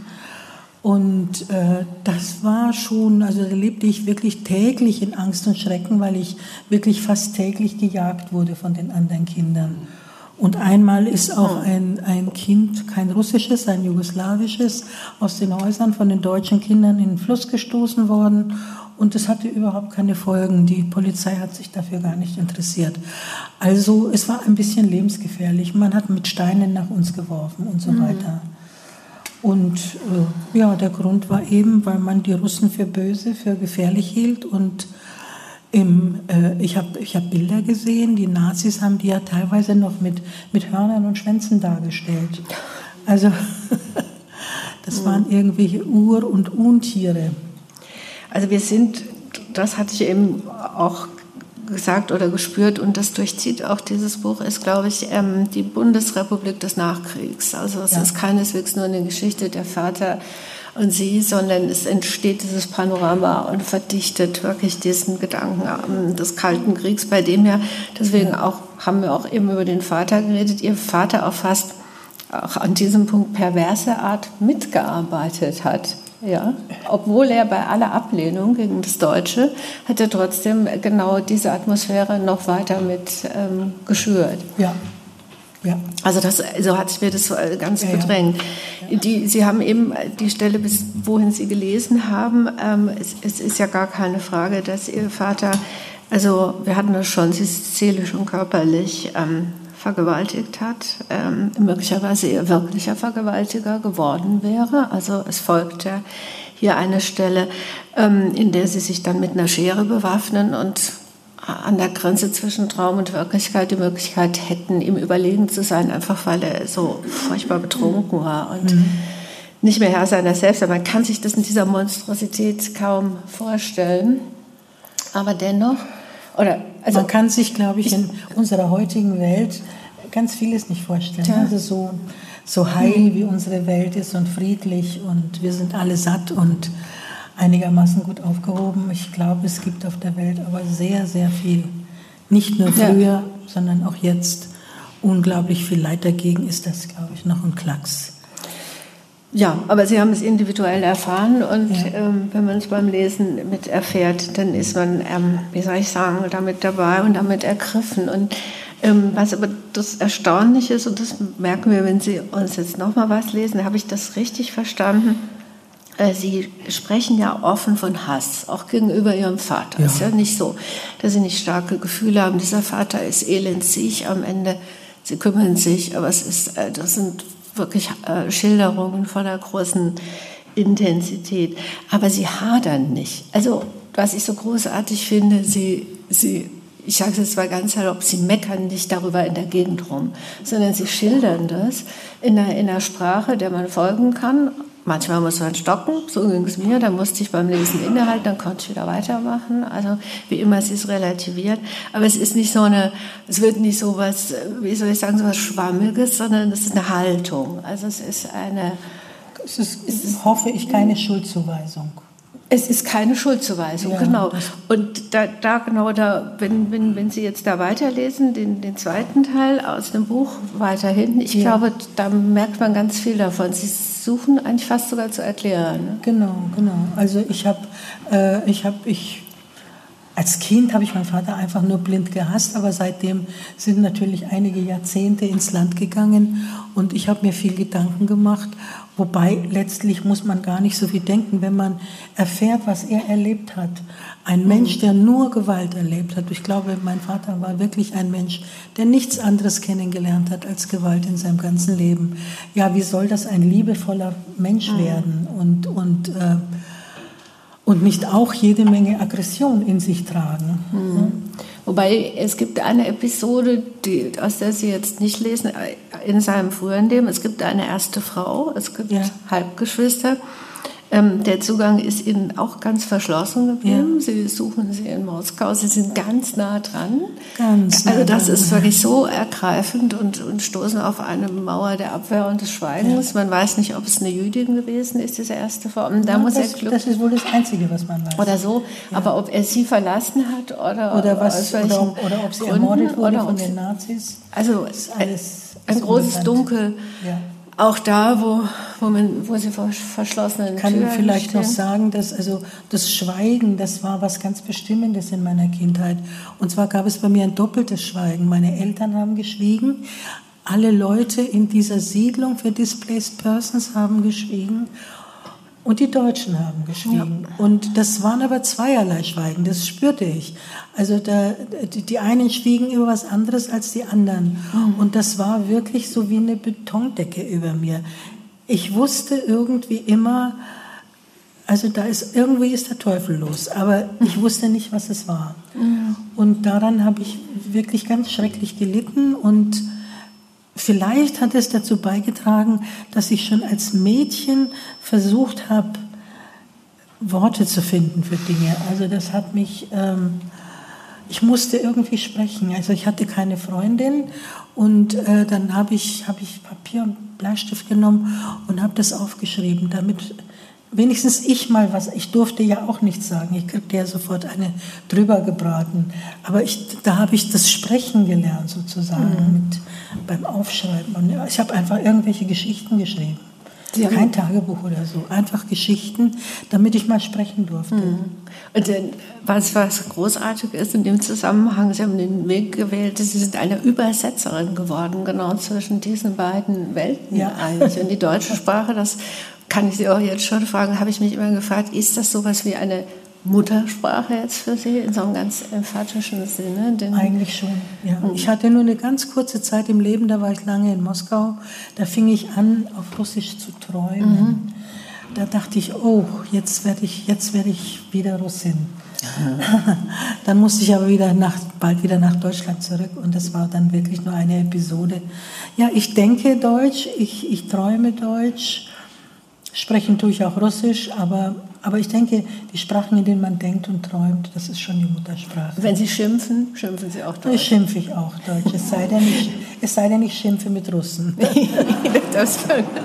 Und äh, das war schon, also da lebte ich wirklich täglich in Angst und Schrecken, weil ich wirklich fast täglich gejagt wurde von den anderen Kindern. Und einmal ist auch ein, ein Kind, kein russisches, ein jugoslawisches, aus den Häusern von den deutschen Kindern in den Fluss gestoßen worden. Und das hatte überhaupt keine Folgen. Die Polizei hat sich dafür gar nicht interessiert. Also es war ein bisschen lebensgefährlich. Man hat mit Steinen nach uns geworfen und so mhm. weiter. Und äh, ja, der Grund war eben, weil man die Russen für böse, für gefährlich hielt. Und im, äh, ich habe ich hab Bilder gesehen, die Nazis haben die ja teilweise noch mit, mit Hörnern und Schwänzen dargestellt. Also das mhm. waren irgendwelche Ur- und Untiere. Also wir sind, das hatte ich eben auch gesagt oder gespürt und das durchzieht auch dieses Buch, ist, glaube ich, ähm, die Bundesrepublik des Nachkriegs. Also es ja. ist keineswegs nur eine Geschichte der Vater und sie, sondern es entsteht dieses Panorama und verdichtet wirklich diesen Gedanken des Kalten Kriegs, bei dem ja, deswegen auch, haben wir auch eben über den Vater geredet, ihr Vater auch fast auch an diesem Punkt perverse Art mitgearbeitet hat. Ja, obwohl er bei aller Ablehnung gegen das Deutsche, hat er trotzdem genau diese Atmosphäre noch weiter mit ähm, geschürt. Ja. Ja. Also das, so hat sich mir das ganz ja, bedrängt. Ja. Die, Sie haben eben die Stelle, bis wohin Sie gelesen haben. Ähm, es, es ist ja gar keine Frage, dass Ihr Vater, also wir hatten das schon, sie ist seelisch und körperlich ähm, vergewaltigt hat, ähm, möglicherweise ihr wirklicher Vergewaltiger geworden wäre. Also es folgte hier eine Stelle, ähm, in der sie sich dann mit einer Schere bewaffnen und an der Grenze zwischen Traum und Wirklichkeit die Möglichkeit hätten, ihm überlegen zu sein, einfach weil er so furchtbar betrunken war und mhm. nicht mehr Herr seiner selbst. Man kann sich das in dieser Monstrosität kaum vorstellen. Aber dennoch, oder also man kann sich, glaube ich, in unserer heutigen Welt ganz vieles nicht vorstellen. Ja. Also so, so heil wie unsere Welt ist und friedlich und wir sind alle satt und einigermaßen gut aufgehoben. Ich glaube, es gibt auf der Welt aber sehr, sehr viel, nicht nur früher, ja. sondern auch jetzt unglaublich viel Leid dagegen ist das, glaube ich, noch ein Klacks. Ja, aber Sie haben es individuell erfahren und ja. ähm, wenn man es beim Lesen mit erfährt, dann ist man, ähm, wie soll ich sagen, damit dabei und damit ergriffen. Und ähm, was aber das Erstaunliche ist, und das merken wir, wenn Sie uns jetzt nochmal was lesen, habe ich das richtig verstanden? Äh, Sie sprechen ja offen von Hass, auch gegenüber Ihrem Vater. Es ja. ist ja nicht so, dass Sie nicht starke Gefühle haben. Dieser Vater ist elendsig am Ende. Sie kümmern sich, aber es ist, äh, das sind wirklich äh, Schilderungen von einer großen Intensität. Aber sie hadern nicht. Also, was ich so großartig finde, sie, sie, ich sage es jetzt mal ganz salopp, sie meckern nicht darüber in der Gegend rum, sondern sie schildern das in einer, in einer Sprache, der man folgen kann. Manchmal muss man stocken, so ging es mir, dann musste ich beim Lesen innehalten, dann konnte ich wieder weitermachen. Also wie immer, es ist relativiert. Aber es ist nicht so eine, es wird nicht so was, wie soll ich sagen, so was Schwammiges, sondern es ist eine Haltung. Also es ist eine... Es ist, es ist hoffe ich, keine Schuldzuweisung. Es ist keine Schuldzuweisung, ja, genau. Und da, da genau da, wenn, wenn, wenn Sie jetzt da weiterlesen, den, den zweiten Teil aus dem Buch weiter hinten, ich ja. glaube, da merkt man ganz viel davon. Sie suchen eigentlich fast sogar zu erklären. Ne? Genau, genau. Also ich habe, äh, ich habe, ich als Kind habe ich meinen Vater einfach nur blind gehasst, aber seitdem sind natürlich einige Jahrzehnte ins Land gegangen und ich habe mir viel Gedanken gemacht. Wobei letztlich muss man gar nicht so viel denken, wenn man erfährt, was er erlebt hat. Ein Mensch, der nur Gewalt erlebt hat. Ich glaube, mein Vater war wirklich ein Mensch, der nichts anderes kennengelernt hat als Gewalt in seinem ganzen Leben. Ja, wie soll das ein liebevoller Mensch werden und, und, äh, und nicht auch jede Menge Aggression in sich tragen? Mhm. Wobei es gibt eine Episode, die, aus der Sie jetzt nicht lesen, in seinem früheren Leben. Es gibt eine erste Frau, es gibt ja. Halbgeschwister. Ähm, der Zugang ist Ihnen auch ganz verschlossen geblieben. Ja. Sie suchen sie in Moskau, Sie sind ganz nah dran. Ganz nah also das dran. ist wirklich so ergreifend und, und stoßen auf eine Mauer der Abwehr und des Schweigens. Ja. Man weiß nicht, ob es eine Jüdin gewesen ist, diese erste Frau. Und da ja, muss das, er Glück das ist wohl das Einzige, was man weiß. Oder so, ja. Aber ob er sie verlassen hat oder, oder, was, oder, ob, oder ob sie Gründen, ermordet wurde oder von den Nazis. Also ist alles ein großes Dunkel. Ja. Auch da, wo, wo, man, wo sie vor verschlossenen Türen stehen. Ich kann vielleicht noch sagen, dass also das Schweigen, das war was ganz Bestimmendes in meiner Kindheit. Und zwar gab es bei mir ein doppeltes Schweigen. Meine Eltern haben geschwiegen, alle Leute in dieser Siedlung für Displaced Persons haben geschwiegen und die Deutschen haben geschwiegen. Ja. Und das waren aber zweierlei Schweigen, das spürte ich. Also da, die, die einen schwiegen über was anderes als die anderen. Mhm. Und das war wirklich so wie eine Betondecke über mir. Ich wusste irgendwie immer, also da ist, irgendwie ist der Teufel los, aber ich wusste nicht, was es war. Mhm. Und daran habe ich wirklich ganz schrecklich gelitten und vielleicht hat es dazu beigetragen, dass ich schon als Mädchen versucht habe, Worte zu finden für Dinge. Also das hat mich, ähm, ich musste irgendwie sprechen. Also ich hatte keine Freundin und äh, dann habe ich, hab ich Papier und Bleistift genommen und habe das aufgeschrieben, damit wenigstens ich mal was, ich durfte ja auch nichts sagen, ich kriegte ja sofort eine drüber gebraten, aber ich, da habe ich das Sprechen gelernt sozusagen, mhm. mit, beim Aufschreiben. Und ich habe einfach irgendwelche Geschichten geschrieben, Sie kein Tagebuch oder so, einfach Geschichten, damit ich mal sprechen durfte. Mhm. Und äh, was, was großartig ist in dem Zusammenhang, Sie haben den Weg gewählt, Sie sind eine Übersetzerin geworden, genau zwischen diesen beiden Welten ja. eigentlich. Und die deutsche Sprache, das kann ich Sie auch jetzt schon fragen, habe ich mich immer gefragt, ist das sowas wie eine Muttersprache jetzt für Sie in so einem ganz emphatischen Sinne? Den Eigentlich schon, ja. Ich hatte nur eine ganz kurze Zeit im Leben, da war ich lange in Moskau, da fing ich an, auf Russisch zu träumen. Mhm. Da dachte ich, oh, jetzt werde ich, jetzt werde ich wieder Russin. Ja. Dann musste ich aber wieder nach, bald wieder nach Deutschland zurück und das war dann wirklich nur eine Episode. Ja, ich denke Deutsch, ich, ich träume Deutsch. Sprechen tue ich auch Russisch, aber, aber ich denke, die Sprachen, in denen man denkt und träumt, das ist schon die Muttersprache. Wenn Sie schimpfen, schimpfen Sie auch Deutsch? Schimpfe ich auch Deutsch, es sei denn, ich, es sei denn, ich schimpfe mit Russen. Das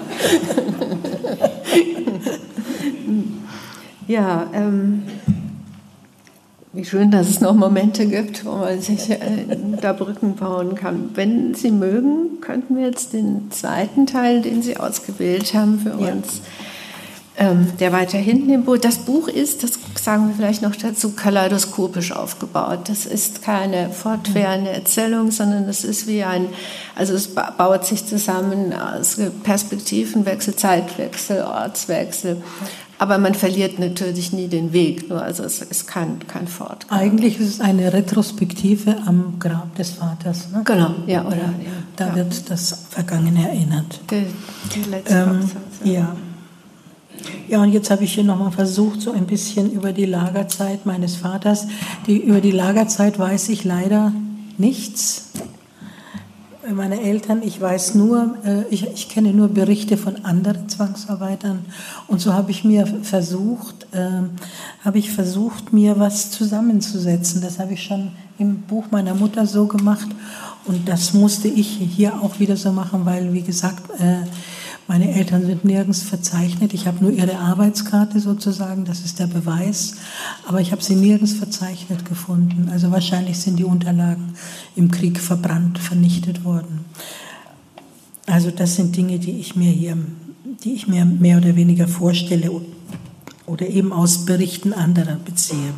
ja, ähm, wie schön, dass es noch Momente gibt, wo man sich äh, da Brücken bauen kann. Wenn Sie mögen, könnten wir jetzt den zweiten Teil, den Sie ausgewählt haben für ja. uns, ähm, der weiter hinten im Buch. Das Buch ist, das sagen wir vielleicht noch dazu, kaleidoskopisch aufgebaut. Das ist keine fortwährende Erzählung, sondern es ist wie ein, also es baut sich zusammen aus Perspektivenwechsel, Zeitwechsel, Ortswechsel. Aber man verliert natürlich nie den Weg, nur also es ist kein, kein Fortgang. Eigentlich ist es eine Retrospektive am Grab des Vaters. Ne? Genau, ja, oder? Ja, da ja. wird das Vergangene erinnert. Die, die letzte ähm, ja. Ja, und jetzt habe ich hier nochmal versucht, so ein bisschen über die Lagerzeit meines Vaters. Die, über die Lagerzeit weiß ich leider nichts. Meine Eltern, ich weiß nur, ich, ich kenne nur Berichte von anderen Zwangsarbeitern. Und so habe ich mir versucht, äh, habe ich versucht, mir was zusammenzusetzen. Das habe ich schon im Buch meiner Mutter so gemacht. Und das musste ich hier auch wieder so machen, weil, wie gesagt, äh, meine Eltern sind nirgends verzeichnet. Ich habe nur ihre Arbeitskarte sozusagen, das ist der Beweis. Aber ich habe sie nirgends verzeichnet gefunden. Also wahrscheinlich sind die Unterlagen im Krieg verbrannt, vernichtet worden. Also das sind Dinge, die ich mir hier, die ich mir mehr oder weniger vorstelle oder eben aus Berichten anderer beziehe.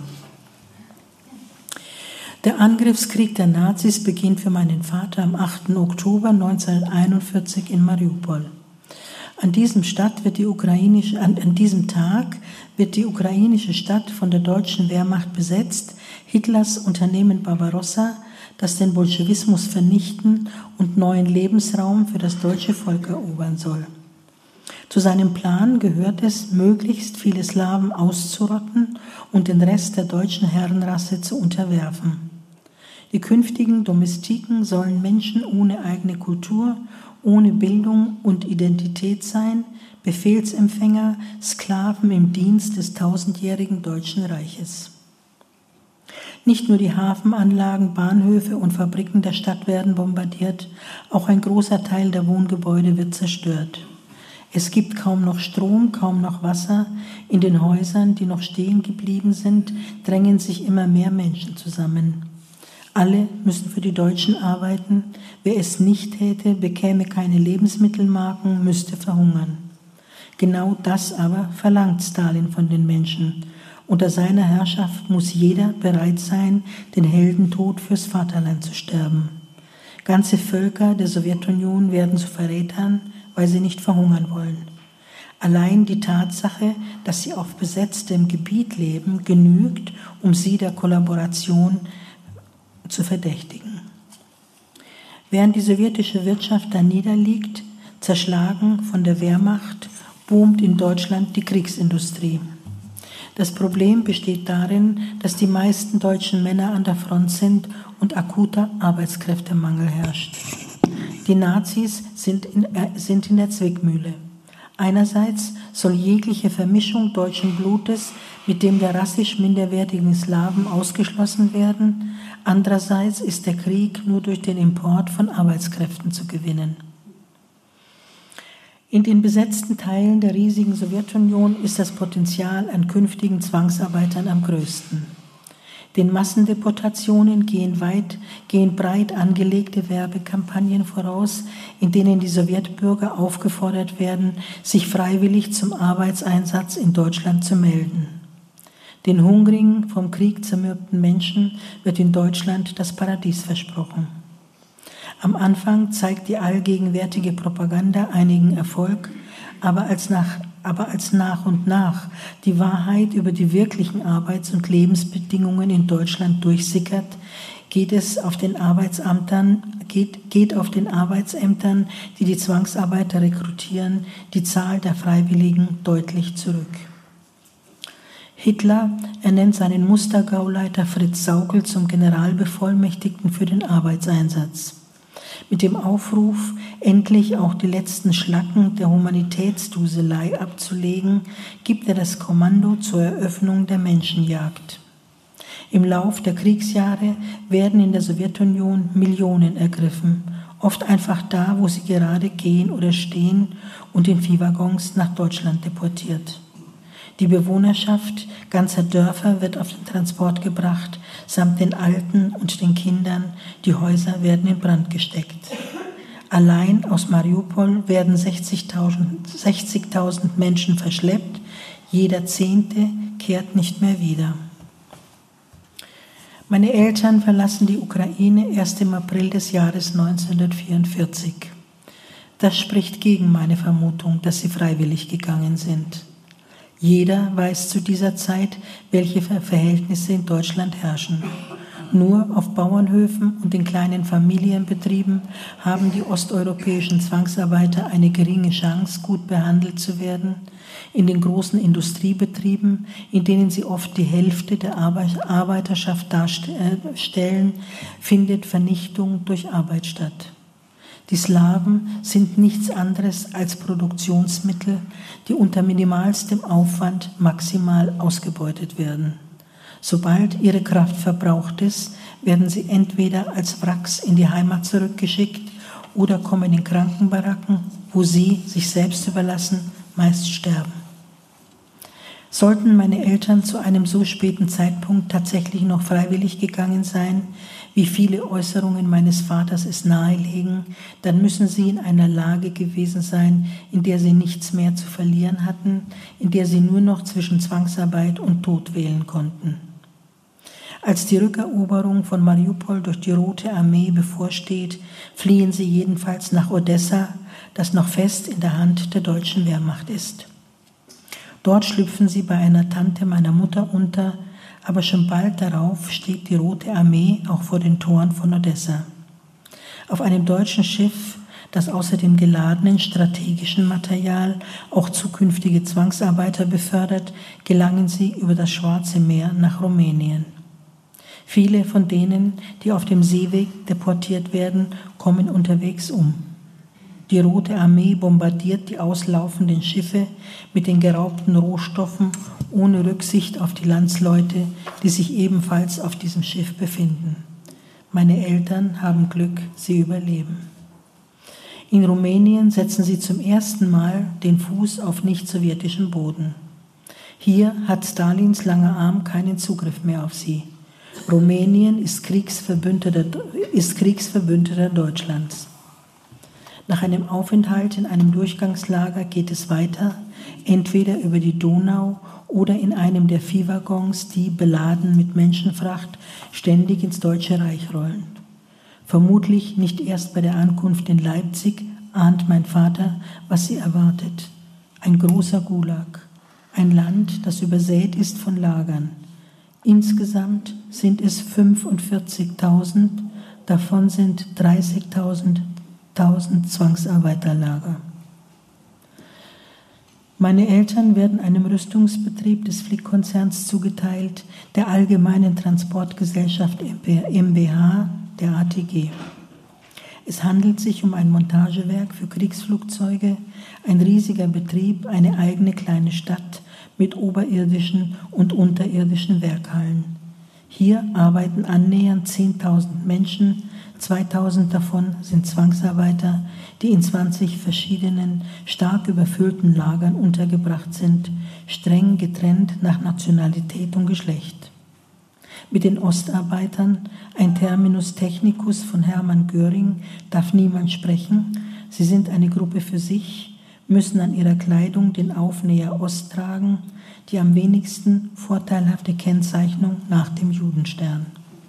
Der Angriffskrieg der Nazis beginnt für meinen Vater am achten Oktober neunzehnhunderteinundvierzig in Mariupol. An diesem, Stadt wird die ukrainische, an, an diesem Tag wird die ukrainische Stadt von der deutschen Wehrmacht besetzt, Hitlers Unternehmen Barbarossa, das den Bolschewismus vernichten und neuen Lebensraum für das deutsche Volk erobern soll. Zu seinem Plan gehört es, möglichst viele Slawen auszurotten und den Rest der deutschen Herrenrasse zu unterwerfen. Die künftigen Domestiken sollen Menschen ohne eigene Kultur, ohne Bildung und Identität sein, Befehlsempfänger, Sklaven im Dienst des tausendjährigen Deutschen Reiches. Nicht nur die Hafenanlagen, Bahnhöfe und Fabriken der Stadt werden bombardiert, auch ein großer Teil der Wohngebäude wird zerstört. Es gibt kaum noch Strom, kaum noch Wasser. In den Häusern, die noch stehen geblieben sind, drängen sich immer mehr Menschen zusammen. Alle müssen für die Deutschen arbeiten. Wer es nicht täte, bekäme keine Lebensmittelmarken, müsste verhungern. Genau das aber verlangt Stalin von den Menschen. Unter seiner Herrschaft muss jeder bereit sein, den Heldentod fürs Vaterland zu sterben. Ganze Völker der Sowjetunion werden zu Verrätern, weil sie nicht verhungern wollen. Allein die Tatsache, dass sie auf besetztem Gebiet leben, genügt, um sie der Kollaboration zu verdächtigen. Während die sowjetische Wirtschaft da niederliegt, zerschlagen von der Wehrmacht, boomt in Deutschland die Kriegsindustrie. Das Problem besteht darin, dass die meisten deutschen Männer an der Front sind und akuter Arbeitskräftemangel herrscht. Die Nazis sind in, äh, sind in der Zwickmühle. Einerseits soll jegliche Vermischung deutschen Blutes mit dem der rassisch minderwertigen Slawen ausgeschlossen werden. Andererseits ist der Krieg nur durch den Import von Arbeitskräften zu gewinnen. In den besetzten Teilen der riesigen Sowjetunion ist das Potenzial an künftigen Zwangsarbeitern am größten. Den Massendeportationen gehen weit, gehen breit angelegte Werbekampagnen voraus, in denen die Sowjetbürger aufgefordert werden, sich freiwillig zum Arbeitseinsatz in Deutschland zu melden. Den hungrigen, vom Krieg zermürbten Menschen wird in Deutschland das Paradies versprochen. Am Anfang zeigt die allgegenwärtige Propaganda einigen Erfolg, aber als nach, aber als nach und nach die Wahrheit über die wirklichen Arbeits- und Lebensbedingungen in Deutschland durchsickert, geht es auf den Arbeitsämtern, geht, geht auf den Arbeitsämtern, die die Zwangsarbeiter rekrutieren, die Zahl der Freiwilligen deutlich zurück. Hitler ernennt seinen Mustergauleiter Fritz Sauckel zum Generalbevollmächtigten für den Arbeitseinsatz. Mit dem Aufruf, endlich auch die letzten Schlacken der Humanitätsduselei abzulegen, gibt er das Kommando zur Eröffnung der Menschenjagd. Im Lauf der Kriegsjahre werden in der Sowjetunion Millionen ergriffen, oft einfach da, wo sie gerade gehen oder stehen, und in Viehwaggons nach Deutschland deportiert. Die Bewohnerschaft ganzer Dörfer wird auf den Transport gebracht, samt den Alten und den Kindern. Die Häuser werden in Brand gesteckt. Allein aus Mariupol werden sechzigtausend Menschen verschleppt. Jeder Zehnte kehrt nicht mehr wieder. Meine Eltern verlassen die Ukraine erst im April des Jahres neunzehnhundertvierundvierzig. Das spricht gegen meine Vermutung, dass sie freiwillig gegangen sind. Jeder weiß zu dieser Zeit, welche Verhältnisse in Deutschland herrschen. Nur auf Bauernhöfen und in kleinen Familienbetrieben haben die osteuropäischen Zwangsarbeiter eine geringe Chance, gut behandelt zu werden. In den großen Industriebetrieben, in denen sie oft die Hälfte der Arbeiterschaft darstellen, findet Vernichtung durch Arbeit statt. Die Slawen sind nichts anderes als Produktionsmittel, die unter minimalstem Aufwand maximal ausgebeutet werden. Sobald ihre Kraft verbraucht ist, werden sie entweder als Wracks in die Heimat zurückgeschickt oder kommen in Krankenbaracken, wo sie, sich selbst überlassen, meist sterben. Sollten meine Eltern zu einem so späten Zeitpunkt tatsächlich noch freiwillig gegangen sein, wie viele Äußerungen meines Vaters es nahelegen, dann müssen sie in einer Lage gewesen sein, in der sie nichts mehr zu verlieren hatten, in der sie nur noch zwischen Zwangsarbeit und Tod wählen konnten. Als die Rückeroberung von Mariupol durch die Rote Armee bevorsteht, fliehen sie jedenfalls nach Odessa, das noch fest in der Hand der deutschen Wehrmacht ist. Dort schlüpfen sie bei einer Tante meiner Mutter unter, aber schon bald darauf steht die Rote Armee auch vor den Toren von Odessa. Auf einem deutschen Schiff, das außer dem geladenen strategischen Material auch zukünftige Zwangsarbeiter befördert, gelangen sie über das Schwarze Meer nach Rumänien. Viele von denen, die auf dem Seeweg deportiert werden, kommen unterwegs um. Die Rote Armee bombardiert die auslaufenden Schiffe mit den geraubten Rohstoffen ohne Rücksicht auf die Landsleute, die sich ebenfalls auf diesem Schiff befinden. Meine Eltern haben Glück, sie überleben. In Rumänien setzen sie zum ersten Mal den Fuß auf nicht-sowjetischem Boden. Hier hat Stalins langer Arm keinen Zugriff mehr auf sie. Rumänien ist Kriegsverbündeter, ist Kriegsverbündeter Deutschlands. Nach einem Aufenthalt in einem Durchgangslager geht es weiter, entweder über die Donau oder in einem der Viehwaggons, die, beladen mit Menschenfracht, ständig ins Deutsche Reich rollen. Vermutlich nicht erst bei der Ankunft in Leipzig ahnt mein Vater, was sie erwartet. Ein großer Gulag, ein Land, das übersät ist von Lagern. Insgesamt sind es fünfundvierzigtausend, davon sind dreißigtausend Zwangsarbeiterlager. Meine Eltern werden einem Rüstungsbetrieb des Flick-Konzerns zugeteilt, der Allgemeinen Transportgesellschaft M B H, der A T G. Es handelt sich um ein Montagewerk für Kriegsflugzeuge, ein riesiger Betrieb, eine eigene kleine Stadt mit oberirdischen und unterirdischen Werkhallen. Hier arbeiten annähernd zehntausend Menschen, zweitausend davon sind Zwangsarbeiter, die in zwanzig verschiedenen, stark überfüllten Lagern untergebracht sind, streng getrennt nach Nationalität und Geschlecht. Mit den Ostarbeitern, ein Terminus technicus von Hermann Göring, darf niemand sprechen. Sie sind eine Gruppe für sich, müssen an ihrer Kleidung den Aufnäher Ost tragen, die am wenigsten vorteilhafte Kennzeichnung nach dem Judenstern.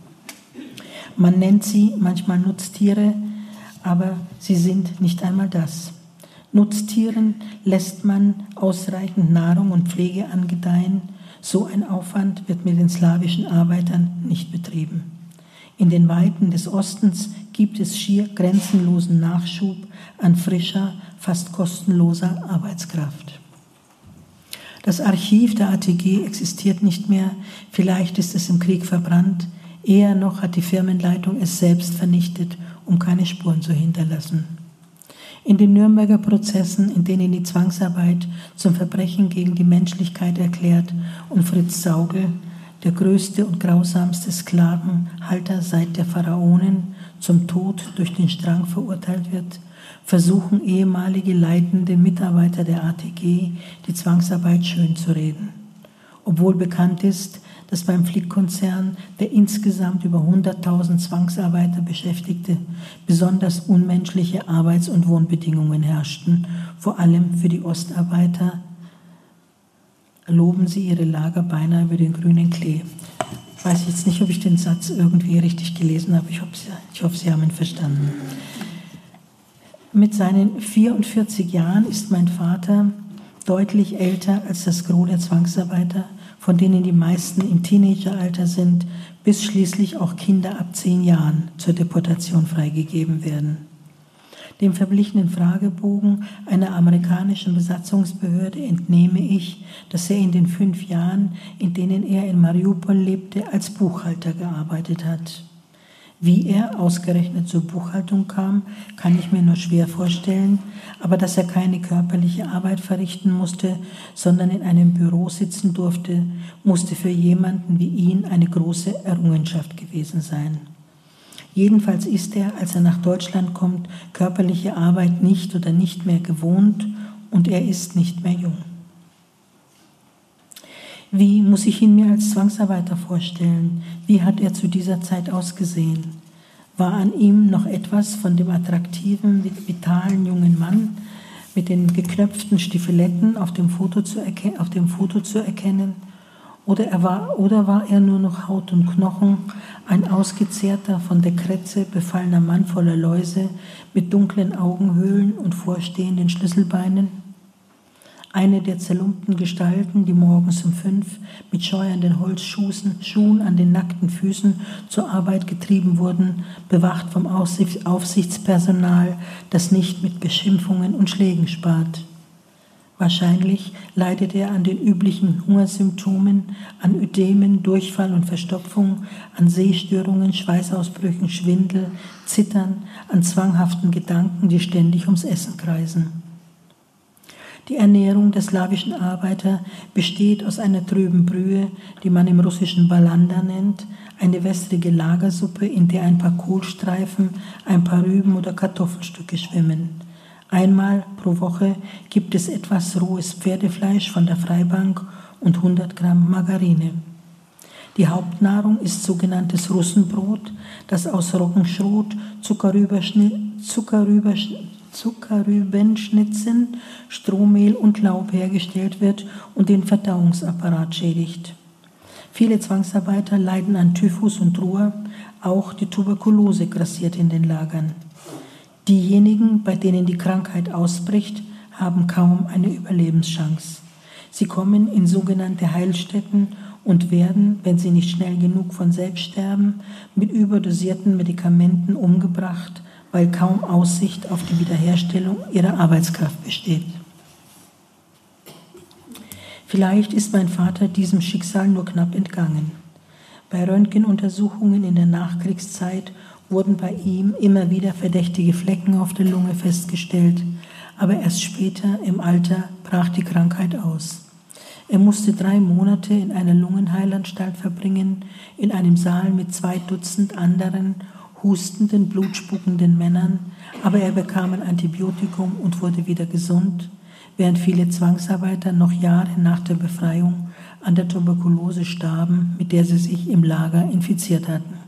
Man nennt sie manchmal Nutztiere, aber sie sind nicht einmal das. Nutztieren lässt man ausreichend Nahrung und Pflege angedeihen. So ein Aufwand wird mit den slawischen Arbeitern nicht betrieben. In den Weiten des Ostens gibt es schier grenzenlosen Nachschub an frischer, fast kostenloser Arbeitskraft. Das Archiv der A T G existiert nicht mehr, vielleicht ist es im Krieg verbrannt, eher noch hat die Firmenleitung es selbst vernichtet, um keine Spuren zu hinterlassen. In den Nürnberger Prozessen, in denen die Zwangsarbeit zum Verbrechen gegen die Menschlichkeit erklärt und Fritz Saugl, der größte und grausamste Sklavenhalter seit der Pharaonen, zum Tod durch den Strang verurteilt wird, versuchen ehemalige leitende Mitarbeiter der A T G, die Zwangsarbeit schönzureden. Obwohl bekannt ist, dass beim Flick-Konzern, der insgesamt über hunderttausend Zwangsarbeiter beschäftigte, besonders unmenschliche Arbeits- und Wohnbedingungen herrschten, vor allem für die Ostarbeiter, loben sie ihre Lager beinahe über den grünen Klee. Ich weiß jetzt nicht, ob ich den Satz irgendwie richtig gelesen habe, ich hoffe, ich hoffe, Sie haben ihn verstanden. Mit seinen vierundvierzig Jahren ist mein Vater deutlich älter als das Gros der Zwangsarbeiter, von denen die meisten im Teenageralter sind, bis schließlich auch Kinder ab zehn Jahren zur Deportation freigegeben werden. Dem verblichenen Fragebogen einer amerikanischen Besatzungsbehörde entnehme ich, dass er in den fünf Jahren, in denen er in Mariupol lebte, als Buchhalter gearbeitet hat. Wie er ausgerechnet zur Buchhaltung kam, kann ich mir nur schwer vorstellen, aber dass er keine körperliche Arbeit verrichten musste, sondern in einem Büro sitzen durfte, musste für jemanden wie ihn eine große Errungenschaft gewesen sein. Jedenfalls ist er, als er nach Deutschland kommt, körperliche Arbeit nicht oder nicht mehr gewohnt und er ist nicht mehr jung. Wie muss ich ihn mir als Zwangsarbeiter vorstellen? Wie hat er zu dieser Zeit ausgesehen? War an ihm noch etwas von dem attraktiven, vitalen jungen Mann mit den geknöpften Stiefeletten auf dem Foto zu, erken- auf dem Foto zu erkennen? Oder, er war, oder war er nur noch Haut und Knochen, ein ausgezehrter, von der Krätze befallener Mann voller Läuse mit dunklen Augenhöhlen und vorstehenden Schlüsselbeinen? Eine der zerlumpten Gestalten, die morgens um fünf mit scheuernden Holzschuhen an den nackten Füßen zur Arbeit getrieben wurden, bewacht vom Aufsichtspersonal, das nicht mit Beschimpfungen und Schlägen spart. Wahrscheinlich leidet er an den üblichen Hungersymptomen, an Ödemen, Durchfall und Verstopfung, an Sehstörungen, Schweißausbrüchen, Schwindel, Zittern, an zwanghaften Gedanken, die ständig ums Essen kreisen. Die Ernährung der slawischen Arbeiter besteht aus einer trüben Brühe, die man im russischen Balanda nennt, eine wässrige Lagersuppe, in der ein paar Kohlstreifen, ein paar Rüben oder Kartoffelstücke schwimmen. Einmal pro Woche gibt es etwas rohes Pferdefleisch von der Freibank und hundert Gramm Margarine. Die Hauptnahrung ist sogenanntes Russenbrot, das aus Roggenschrot, Zuckerrübenschnitzen, Strohmehl und Laub hergestellt wird und den Verdauungsapparat schädigt. Viele Zwangsarbeiter leiden an Typhus und Ruhr, auch die Tuberkulose grassiert in den Lagern. Diejenigen, bei denen die Krankheit ausbricht, haben kaum eine Überlebenschance. Sie kommen in sogenannte Heilstätten und werden, wenn sie nicht schnell genug von selbst sterben, mit überdosierten Medikamenten umgebracht, weil kaum Aussicht auf die Wiederherstellung ihrer Arbeitskraft besteht. Vielleicht ist mein Vater diesem Schicksal nur knapp entgangen. Bei Röntgenuntersuchungen in der Nachkriegszeit wurden bei ihm immer wieder verdächtige Flecken auf der Lunge festgestellt, aber erst später im Alter brach die Krankheit aus. Er musste drei Monate in einer Lungenheilanstalt verbringen, in einem Saal mit zwei Dutzend anderen hustenden, blutspuckenden Männern, aber er bekam ein Antibiotikum und wurde wieder gesund, während viele Zwangsarbeiter noch Jahre nach der Befreiung an der Tuberkulose starben, mit der sie sich im Lager infiziert hatten.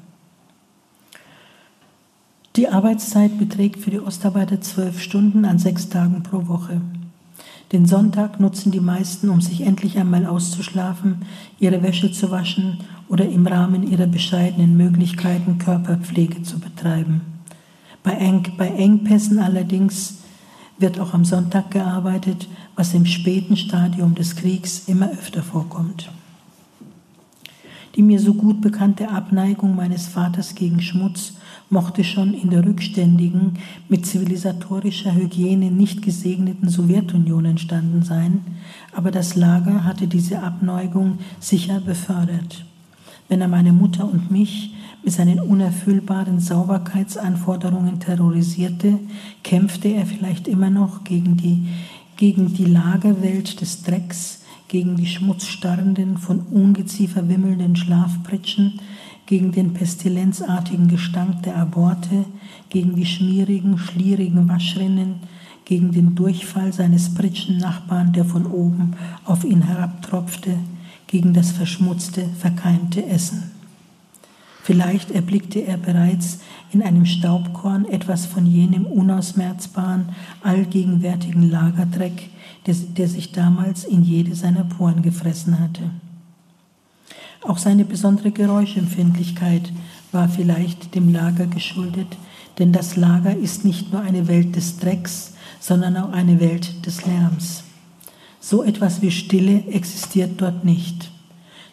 Die Arbeitszeit beträgt für die Ostarbeiter zwölf Stunden an sechs Tagen pro Woche. Den Sonntag nutzen die meisten, um sich endlich einmal auszuschlafen, ihre Wäsche zu waschen oder im Rahmen ihrer bescheidenen Möglichkeiten Körperpflege zu betreiben. Bei, Eng, bei Engpässen allerdings wird auch am Sonntag gearbeitet, was im späten Stadium des Kriegs immer öfter vorkommt. Die mir so gut bekannte Abneigung meines Vaters gegen Schmutz mochte schon in der rückständigen, mit zivilisatorischer Hygiene nicht gesegneten Sowjetunion entstanden sein, aber das Lager hatte diese Abneigung sicher befördert. Wenn er meine Mutter und mich mit seinen unerfüllbaren Sauberkeitsanforderungen terrorisierte, kämpfte er vielleicht immer noch gegen die, gegen die Lagerwelt des Drecks, gegen die schmutzstarrenden, von Ungeziefer wimmelnden Schlafpritschen, gegen den pestilenzartigen Gestank der Aborte, gegen die schmierigen, schlierigen Waschrinnen, gegen den Durchfall seines Pritschen-Nachbarn, der von oben auf ihn herabtropfte, gegen das verschmutzte, verkeimte Essen. Vielleicht erblickte er bereits in einem Staubkorn etwas von jenem unausmerzbaren, allgegenwärtigen Lagerdreck, der, der sich damals in jede seiner Poren gefressen hatte. Auch seine besondere Geräuschempfindlichkeit war vielleicht dem Lager geschuldet, denn das Lager ist nicht nur eine Welt des Drecks, sondern auch eine Welt des Lärms. So etwas wie Stille existiert dort nicht.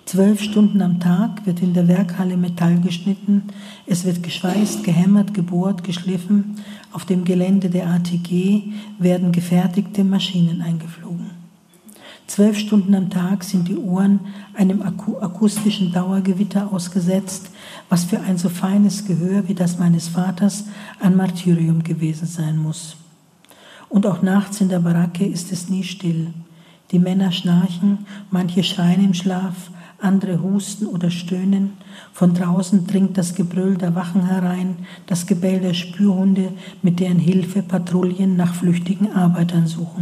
Zwölf Stunden am Tag wird in der Werkhalle Metall geschnitten, es wird geschweißt, gehämmert, gebohrt, geschliffen. Auf dem Gelände der A T G werden gefertigte Maschinen eingeflogen. Zwölf Stunden am Tag sind die Ohren einem akustischen Dauergewitter ausgesetzt, was für ein so feines Gehör wie das meines Vaters ein Martyrium gewesen sein muss. Und auch nachts in der Baracke ist es nie still. Die Männer schnarchen, manche schreien im Schlaf, andere husten oder stöhnen. Von draußen dringt das Gebrüll der Wachen herein, das Gebell der Spürhunde, mit deren Hilfe Patrouillen nach flüchtigen Arbeitern suchen.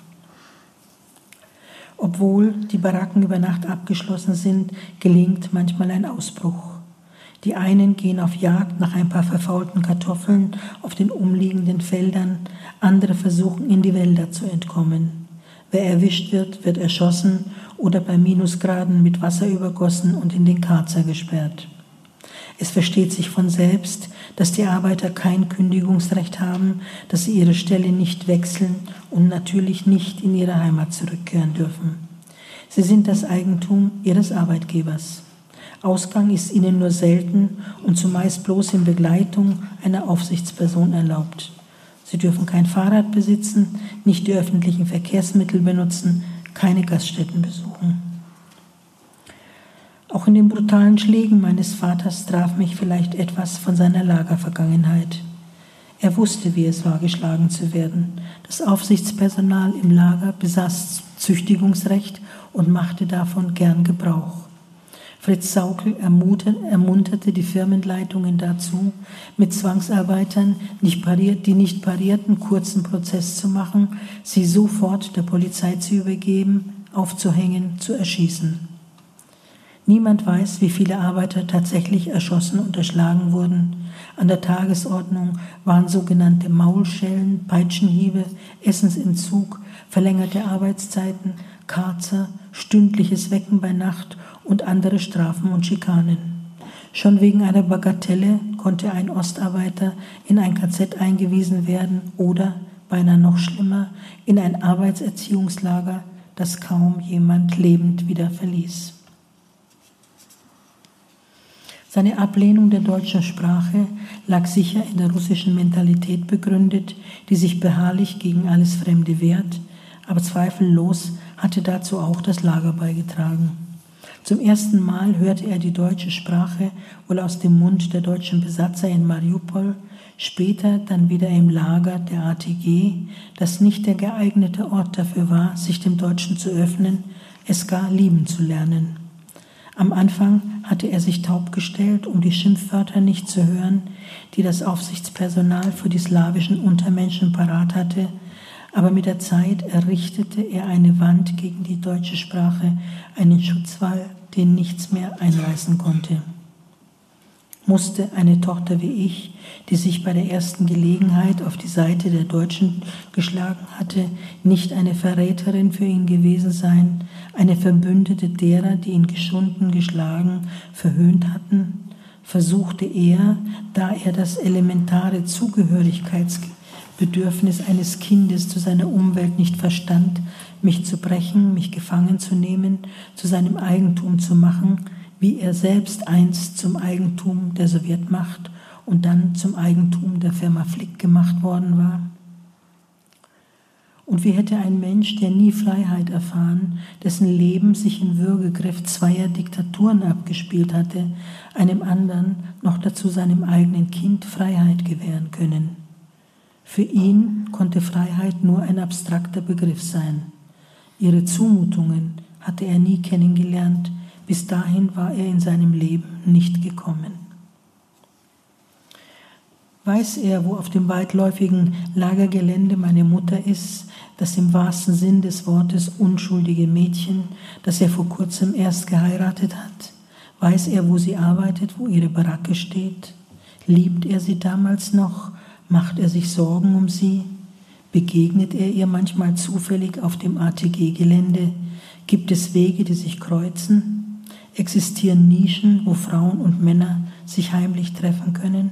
Obwohl die Baracken über Nacht abgeschlossen sind, gelingt manchmal ein Ausbruch. Die einen gehen auf Jagd nach ein paar verfaulten Kartoffeln auf den umliegenden Feldern, andere versuchen in die Wälder zu entkommen. Wer erwischt wird, wird erschossen oder bei Minusgraden mit Wasser übergossen und in den Karzer gesperrt. Es versteht sich von selbst, dass die Arbeiter kein Kündigungsrecht haben, dass sie ihre Stelle nicht wechseln und natürlich nicht in ihre Heimat zurückkehren dürfen. Sie sind das Eigentum ihres Arbeitgebers. Ausgang ist ihnen nur selten und zumeist bloß in Begleitung einer Aufsichtsperson erlaubt. Sie dürfen kein Fahrrad besitzen, nicht die öffentlichen Verkehrsmittel benutzen, keine Gaststätten besuchen. Auch in den brutalen Schlägen meines Vaters traf mich vielleicht etwas von seiner Lagervergangenheit. Er wusste, wie es war, geschlagen zu werden. Das Aufsichtspersonal im Lager besaß Züchtigungsrecht und machte davon gern Gebrauch. Fritz Saukel ermunterte die Firmenleitungen dazu, mit Zwangsarbeitern, die nicht parierten, kurzen Prozess zu machen, sie sofort der Polizei zu übergeben, aufzuhängen, zu erschießen. Niemand weiß, wie viele Arbeiter tatsächlich erschossen und erschlagen wurden. An der Tagesordnung waren sogenannte Maulschellen, Peitschenhiebe, Essensentzug, verlängerte Arbeitszeiten, Karzer, stündliches Wecken bei Nacht und andere Strafen und Schikanen. Schon wegen einer Bagatelle konnte ein Ostarbeiter in ein K Z eingewiesen werden oder, beinahe noch schlimmer, in ein Arbeitserziehungslager, das kaum jemand lebend wieder verließ. Seine Ablehnung der deutschen Sprache lag sicher in der russischen Mentalität begründet, die sich beharrlich gegen alles Fremde wehrt, aber zweifellos hatte dazu auch das Lager beigetragen. Zum ersten Mal hörte er die deutsche Sprache wohl aus dem Mund der deutschen Besatzer in Mariupol, später dann wieder im Lager der A T G, das nicht der geeignete Ort dafür war, sich dem Deutschen zu öffnen, es gar lieben zu lernen. Am Anfang hatte er sich taub gestellt, um die Schimpfwörter nicht zu hören, die das Aufsichtspersonal für die slawischen Untermenschen parat hatte, aber mit der Zeit errichtete er eine Wand gegen die deutsche Sprache, einen Schutzwall, den nichts mehr einreißen konnte. Musste eine Tochter wie ich, die sich bei der ersten Gelegenheit auf die Seite der Deutschen geschlagen hatte, nicht eine Verräterin für ihn gewesen sein, eine Verbündete derer, die ihn geschunden, geschlagen, verhöhnt hatten? Versuchte er, da er das elementare Zugehörigkeitsbedürfnis eines Kindes zu seiner Umwelt nicht verstand, mich zu brechen, mich gefangen zu nehmen, zu seinem Eigentum zu machen, wie er selbst einst zum Eigentum der Sowjetmacht und dann zum Eigentum der Firma Flick gemacht worden war? Und wie hätte ein Mensch, der nie Freiheit erfahren, dessen Leben sich im Würgegriff zweier Diktaturen abgespielt hatte, einem anderen, noch dazu seinem eigenen Kind, Freiheit gewähren können? Für ihn konnte Freiheit nur ein abstrakter Begriff sein. Ihre Zumutungen hatte er nie kennengelernt, bis dahin war er in seinem Leben nicht gekommen. Weiß er, wo auf dem weitläufigen Lagergelände meine Mutter ist, das im wahrsten Sinn des Wortes unschuldige Mädchen, das er vor kurzem erst geheiratet hat? Weiß er, wo sie arbeitet, wo ihre Baracke steht? Liebt er sie damals noch? Macht er sich Sorgen um sie? Begegnet er ihr manchmal zufällig auf dem A T G-Gelände? Gibt es Wege, die sich kreuzen? Existieren Nischen, wo Frauen und Männer sich heimlich treffen können?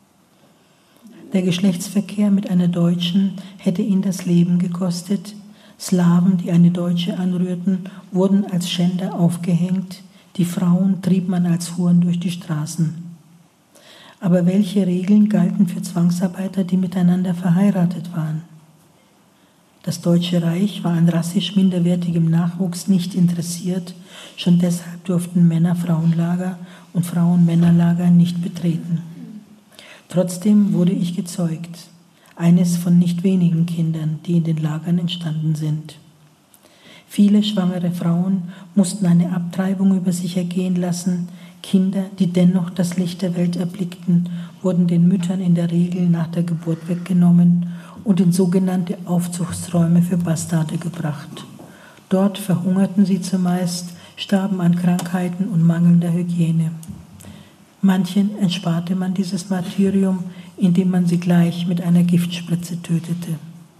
Der Geschlechtsverkehr mit einer Deutschen hätte ihn das Leben gekostet. Slawen, die eine Deutsche anrührten, wurden als Schänder aufgehängt, die Frauen trieb man als Huren durch die Straßen. Aber welche Regeln galten für Zwangsarbeiter, die miteinander verheiratet waren? Das Deutsche Reich war an rassisch minderwertigem Nachwuchs nicht interessiert, schon deshalb durften Männer Frauenlager und Frauen Männerlager nicht betreten. Trotzdem wurde ich gezeugt, eines von nicht wenigen Kindern, die in den Lagern entstanden sind. Viele schwangere Frauen mussten eine Abtreibung über sich ergehen lassen. Kinder, die dennoch das Licht der Welt erblickten, wurden den Müttern in der Regel nach der Geburt weggenommen und in sogenannte Aufzuchtsräume für Bastarde gebracht. Dort verhungerten sie zumeist, starben an Krankheiten und mangelnder Hygiene. Manchen ersparte man dieses Martyrium, indem man sie gleich mit einer Giftspritze tötete.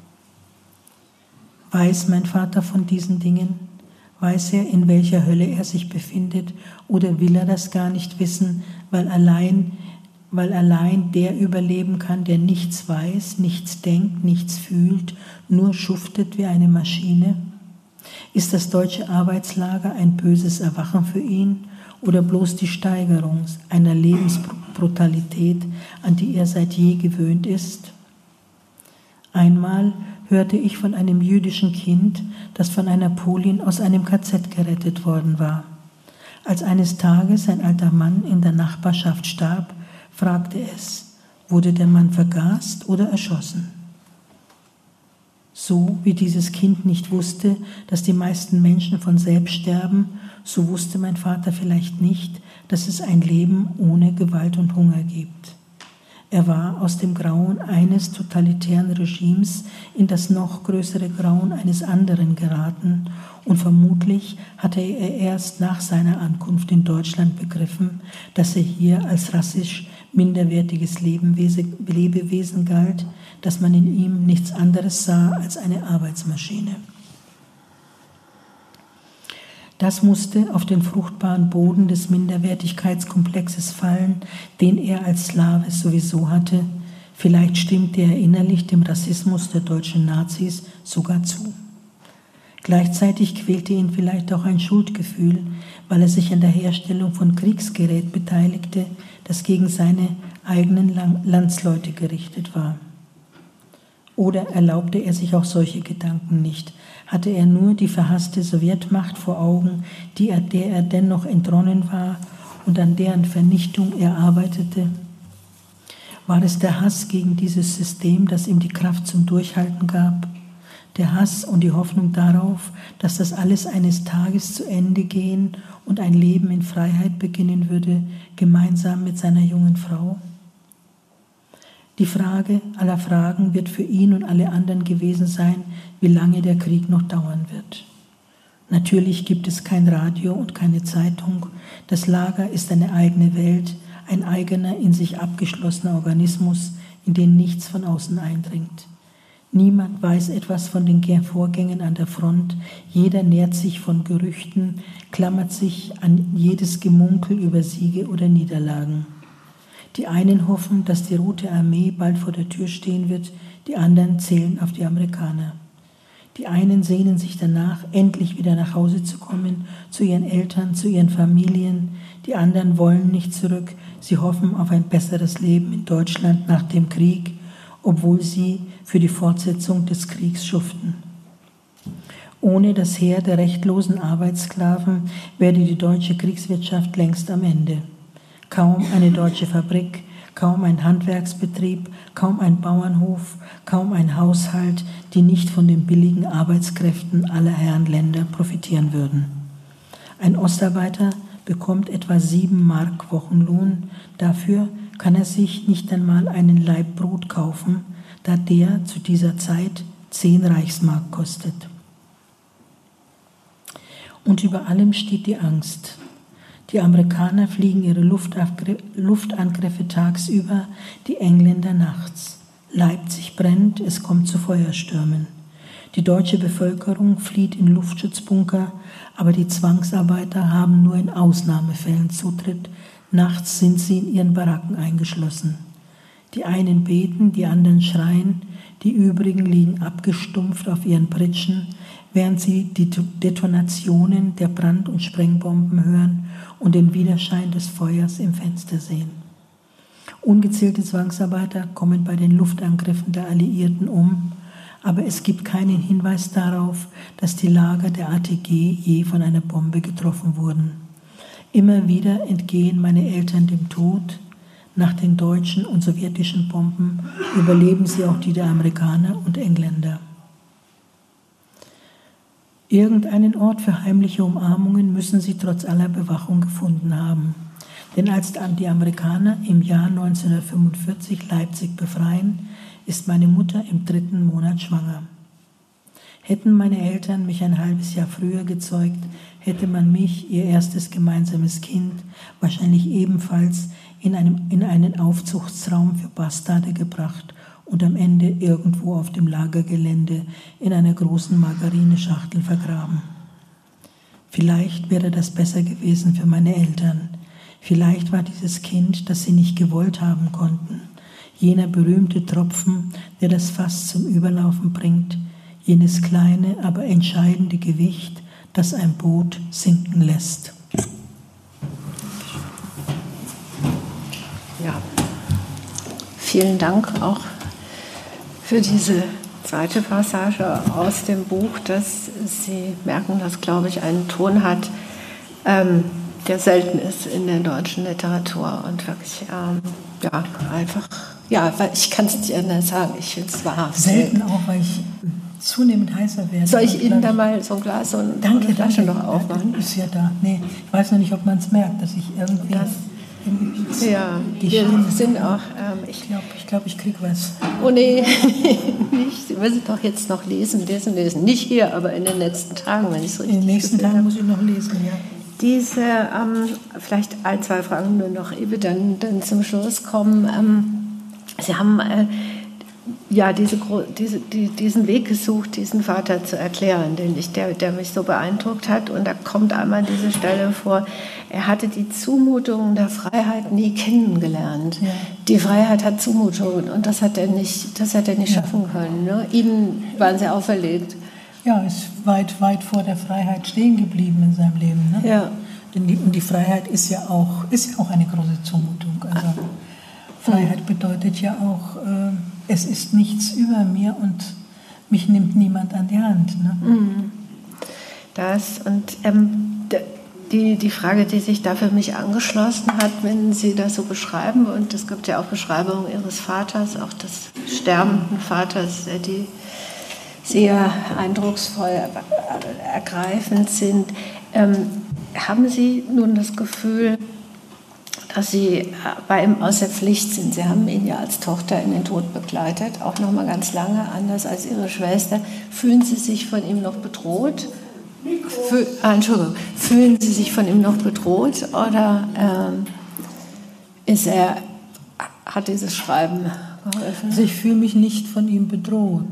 Weiß mein Vater von diesen Dingen? Weiß er, in welcher Hölle er sich befindet, oder will er das gar nicht wissen, weil allein, weil allein der überleben kann, der nichts weiß, nichts denkt, nichts fühlt, nur schuftet wie eine Maschine? Ist das deutsche Arbeitslager ein böses Erwachen für ihn oder bloß die Steigerung einer Lebensbrutalität, an die er seit je gewöhnt ist? Einmal hörte ich von einem jüdischen Kind, das von einer Polin aus einem K Z gerettet worden war. Als eines Tages ein alter Mann in der Nachbarschaft starb, fragte es, wurde der Mann vergast oder erschossen? So wie dieses Kind nicht wusste, dass die meisten Menschen von selbst sterben, so wusste mein Vater vielleicht nicht, dass es ein Leben ohne Gewalt und Hunger gibt. Er war aus dem Grauen eines totalitären Regimes in das noch größere Grauen eines anderen geraten und vermutlich hatte er erst nach seiner Ankunft in Deutschland begriffen, dass er hier als rassisch minderwertiges Lebewesen galt, dass man in ihm nichts anderes sah als eine Arbeitsmaschine. Das musste auf den fruchtbaren Boden des Minderwertigkeitskomplexes fallen, den er als Slave sowieso hatte. Vielleicht stimmte er innerlich dem Rassismus der deutschen Nazis sogar zu. Gleichzeitig quälte ihn vielleicht auch ein Schuldgefühl, weil er sich an der Herstellung von Kriegsgerät beteiligte, das gegen seine eigenen Landsleute gerichtet war. Oder erlaubte er sich auch solche Gedanken nicht? Hatte er nur die verhasste Sowjetmacht vor Augen, die er, der er dennoch entronnen war und an deren Vernichtung er arbeitete? War es der Hass gegen dieses System, das ihm die Kraft zum Durchhalten gab? Der Hass und die Hoffnung darauf, dass das alles eines Tages zu Ende gehen und ein Leben in Freiheit beginnen würde, gemeinsam mit seiner jungen Frau? Die Frage aller Fragen wird für ihn und alle anderen gewesen sein, wie lange der Krieg noch dauern wird. Natürlich gibt es kein Radio und keine Zeitung. Das Lager ist eine eigene Welt, ein eigener, in sich abgeschlossener Organismus, in den nichts von außen eindringt. Niemand weiß etwas von den Vorgängen an der Front. Jeder nährt sich von Gerüchten, klammert sich an jedes Gemunkel über Siege oder Niederlagen. Die einen hoffen, dass die Rote Armee bald vor der Tür stehen wird, die anderen zählen auf die Amerikaner. Die einen sehnen sich danach, endlich wieder nach Hause zu kommen, zu ihren Eltern, zu ihren Familien. Die anderen wollen nicht zurück, sie hoffen auf ein besseres Leben in Deutschland nach dem Krieg, obwohl sie für die Fortsetzung des Kriegs schuften. Ohne das Heer der rechtlosen Arbeitssklaven wäre die deutsche Kriegswirtschaft längst am Ende. Kaum eine deutsche Fabrik, kaum ein Handwerksbetrieb, kaum ein Bauernhof, kaum ein Haushalt, die nicht von den billigen Arbeitskräften aller Herrenländer profitieren würden. Ein Ostarbeiter bekommt etwa sieben Mark Wochenlohn, dafür kann er sich nicht einmal einen Laib Brot kaufen, da der zu dieser Zeit zehn Reichsmark kostet. Und über allem steht die Angst. Die Amerikaner fliegen ihre Luftangriffe tagsüber, die Engländer nachts. Leipzig brennt, es kommt zu Feuerstürmen. Die deutsche Bevölkerung flieht in Luftschutzbunker, aber die Zwangsarbeiter haben nur in Ausnahmefällen Zutritt. Nachts sind sie in ihren Baracken eingeschlossen. Die einen beten, die anderen schreien, die übrigen liegen abgestumpft auf ihren Pritschen, während sie die Detonationen der Brand- und Sprengbomben hören und den Widerschein des Feuers im Fenster sehen. Ungezählte Zwangsarbeiter kommen bei den Luftangriffen der Alliierten um, aber es gibt keinen Hinweis darauf, dass die Lager der A T G je von einer Bombe getroffen wurden. Immer wieder entgehen meine Eltern dem Tod. Nach den deutschen und sowjetischen Bomben überleben sie auch die der Amerikaner und Engländer. Irgendeinen Ort für heimliche Umarmungen müssen sie trotz aller Bewachung gefunden haben. Denn als die Amerikaner im Jahr neunzehnhundertfünfundvierzig Leipzig befreien, ist meine Mutter im dritten Monat schwanger. Hätten meine Eltern mich ein halbes Jahr früher gezeugt, hätte man mich, ihr erstes gemeinsames Kind, wahrscheinlich ebenfalls in, einem, in einen Aufzuchtsraum für Bastarde gebracht und am Ende irgendwo auf dem Lagergelände in einer großen Margarineschachtel vergraben. Vielleicht wäre das besser gewesen für meine Eltern. Vielleicht war dieses Kind, das sie nicht gewollt haben konnten, jener berühmte Tropfen, der das Fass zum Überlaufen bringt, jenes kleine, aber entscheidende Gewicht, das ein Boot sinken lässt. Ja, vielen Dank auch für diese zweite Passage aus dem Buch, dass Sie merken, dass, glaube ich, einen Ton hat, ähm, der selten ist in der deutschen Literatur und wirklich, ähm, ja, einfach, ja, weil ich kann es nicht anders sagen, ich finde es wahrhaft selten auch, weil ich zunehmend heißer werde. Soll ich Ihnen da mal so ein Glas und danke, eine Flasche danke, noch aufmachen? Ist ja da. Nee, ich weiß noch nicht, ob man es merkt, dass ich irgendwie... Das, ja, wir sind auch... Ähm, ich glaube, ich, glaub, ich kriege was. Oh nee, nicht. Sie müssen doch jetzt noch lesen, lesen, lesen. Nicht hier, aber in den letzten Tagen, wenn ich es richtig In den nächsten Tagen habe. Muss ich noch lesen, ja. Diese, ähm, vielleicht ein, zwei Fragen nur noch, ehe wir dann, dann zum Schluss kommen. Ähm, Sie haben äh, ja diese, diese, die, diesen Weg gesucht, diesen Vater zu erklären, den ich, der, der mich so beeindruckt hat. Und da kommt einmal diese Stelle vor, er hatte die Zumutungen der Freiheit nie kennengelernt. Ja. Die Freiheit hat Zumutungen und das hat er nicht, das hat er nicht ja. schaffen können. Ne? Ihnen waren sie auferlegt. Ja, ist weit, weit vor der Freiheit stehen geblieben in seinem Leben. Ne? Ja. Denn die, und die Freiheit ist ja auch, ist ja auch eine große Zumutung. Also Freiheit bedeutet ja auch, äh, es ist nichts über mir und mich nimmt niemand an die Hand. Ne? Das und ähm, die, die Frage, die sich da für mich angeschlossen hat, wenn Sie das so beschreiben, und es gibt ja auch Beschreibungen Ihres Vaters, auch des sterbenden Vaters, die sehr eindrucksvoll, ergreifend sind. Ähm, haben Sie nun das Gefühl, dass Sie bei ihm aus der Pflicht sind? Sie haben ihn ja als Tochter in den Tod begleitet, auch noch mal ganz lange, anders als Ihre Schwester. Fühlen Sie sich von ihm noch bedroht? Fühl, ah, Entschuldigung. Fühlen Sie sich von ihm noch bedroht oder ähm, ist er, hat dieses Schreiben geholfen? Also ich fühle mich nicht von ihm bedroht.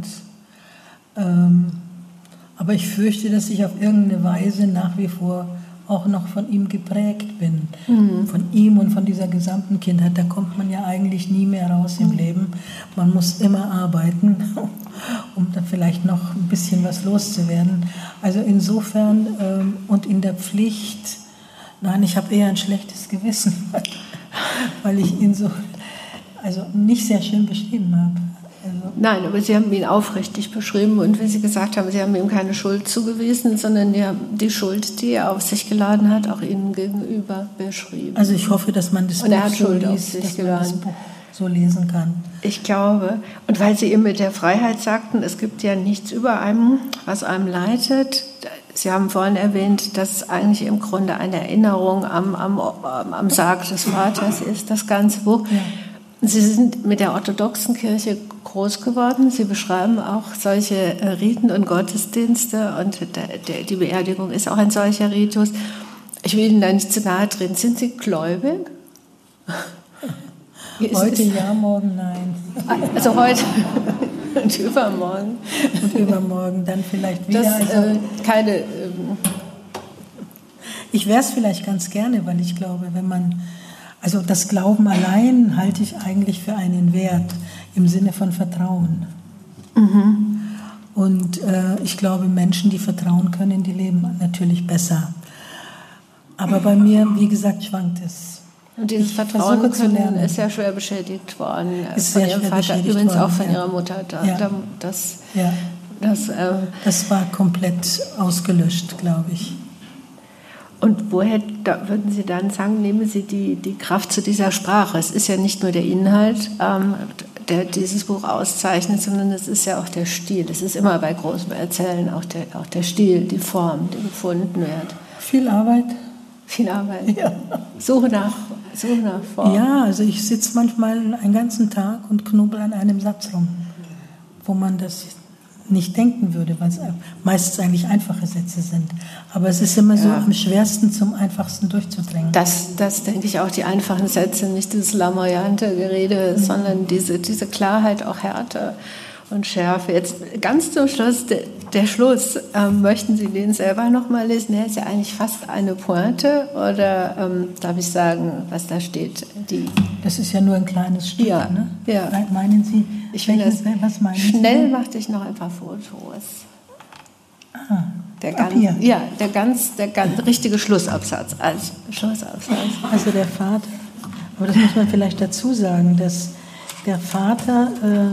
Ähm, aber ich fürchte, dass ich auf irgendeine Weise nach wie vor auch noch von ihm geprägt bin. Mhm. Von ihm und von dieser gesamten Kindheit. Da kommt man ja eigentlich nie mehr raus im mhm. Leben. Man muss immer arbeiten, um dann vielleicht noch ein bisschen was loszuwerden. Also insofern ähm, und in der Pflicht, nein, ich habe eher ein schlechtes Gewissen, weil ich ihn so also nicht sehr schön beschrieben habe. Also Nein, aber Sie haben ihn aufrichtig beschrieben und wie Sie gesagt haben, Sie haben ihm keine Schuld zugewiesen, sondern die, die Schuld, die er auf sich geladen hat, auch Ihnen gegenüber beschrieben. Also ich hoffe, dass man das, und er Buch, hat so Schuld liest, auf sich dass man geladen. das Buch so lesen kann. Ich glaube, und weil Sie eben mit der Freiheit sagten, es gibt ja nichts über einem, was einem leitet. Sie haben vorhin erwähnt, dass es eigentlich im Grunde eine Erinnerung am, am, am Sarg des Vaters ist, das ganze Buch. Ja. Sie sind mit der orthodoxen Kirche groß geworden. Sie beschreiben auch solche Riten und Gottesdienste und der, der, die Beerdigung ist auch ein solcher Ritus. Ich will Ihnen da nicht zu nahe treten. Sind Sie gläubig? Heute ja, morgen nein. Also heute und übermorgen. Und übermorgen dann vielleicht wieder. Das, also, äh, keine. Ähm, ich wäre es vielleicht ganz gerne, weil ich glaube, wenn man Also das Glauben allein halte ich eigentlich für einen Wert im Sinne von Vertrauen. Mhm. Und äh, ich glaube, Menschen, die vertrauen können, die leben natürlich besser. Aber bei mir, wie gesagt, schwankt es. Und dieses ich Vertrauen können ist ja schwer beschädigt worden. Ist von sehr ihrem schwer Vater, beschädigt übrigens worden, auch von ja. ihrer Mutter. Da, ja. da, das, ja. das, äh, das war komplett ausgelöscht, glaube ich. Und woher da würden Sie dann sagen, nehmen Sie die, die Kraft zu dieser Sprache? Es ist ja nicht nur der Inhalt, ähm, der dieses Buch auszeichnet, sondern es ist ja auch der Stil. Es ist immer bei großem Erzählen auch der, auch der Stil, die Form, die gefunden wird. Viel Arbeit. Viel Arbeit. Ja. Suche nach, Suche nach Form. Ja, also ich sitze manchmal einen ganzen Tag und knubbel an einem Satz rum, wo man das nicht denken würde, weil es meistens eigentlich einfache Sätze sind. Aber es ist immer ja. so am schwersten zum einfachsten durchzudringen. Das, das denke ich auch, die einfachen Sätze, nicht dieses lamoyante Gerede, mhm. sondern diese, diese Klarheit, auch Härte und Schärfe. Jetzt ganz zum Schluss, der, der Schluss, ähm, möchten Sie den selber noch mal lesen? Der ist ja eigentlich fast eine Pointe, oder ähm, darf ich sagen, was da steht? Die das ist ja nur ein kleines Stück, ja, ne? Ja. Meinen Sie, ich will das, was meinen schnell Sie? machte ich noch ein paar Fotos. Ah, der ganz, ja, der ganz, der ganz richtige Schlussabsatz als Schlussabsatz. Also der Vater, aber das muss man vielleicht dazu sagen, dass der Vater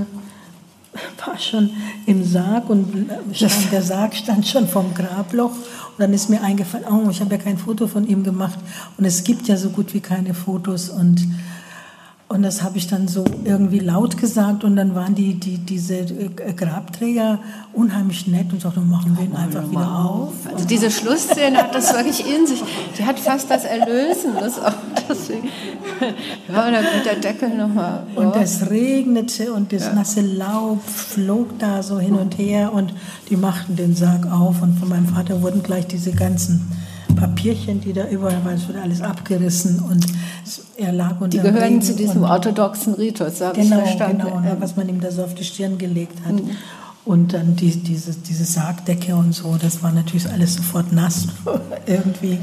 äh, war schon im Sarg und stand, der Sarg stand schon vom Grabloch und dann ist mir eingefallen, oh, ich habe ja kein Foto von ihm gemacht und es gibt ja so gut wie keine Fotos und Und das habe ich dann so irgendwie laut gesagt und dann waren die, die, diese Grabträger unheimlich nett und sagten, machen wir ihn einfach wieder auf. Also diese Schlussszene hat das wirklich in sich. Die hat fast das Erlösen. Das auch deswegen. Ja, da geht der Deckel nochmal. Oh. Und es regnete und das ja. nasse Laub flog da so hin und her und die machten den Sarg auf und von meinem Vater wurden gleich diese ganzen Papierchen, die da überall waren, es wurde alles abgerissen und er lag unter Die gehören Regen zu diesem orthodoxen Ritus, habe genau, ich verstanden. Genau, ne, was man ihm da so auf die Stirn gelegt hat. Mhm. Und dann die, diese, diese Sargdecke und so, das war natürlich alles sofort nass irgendwie.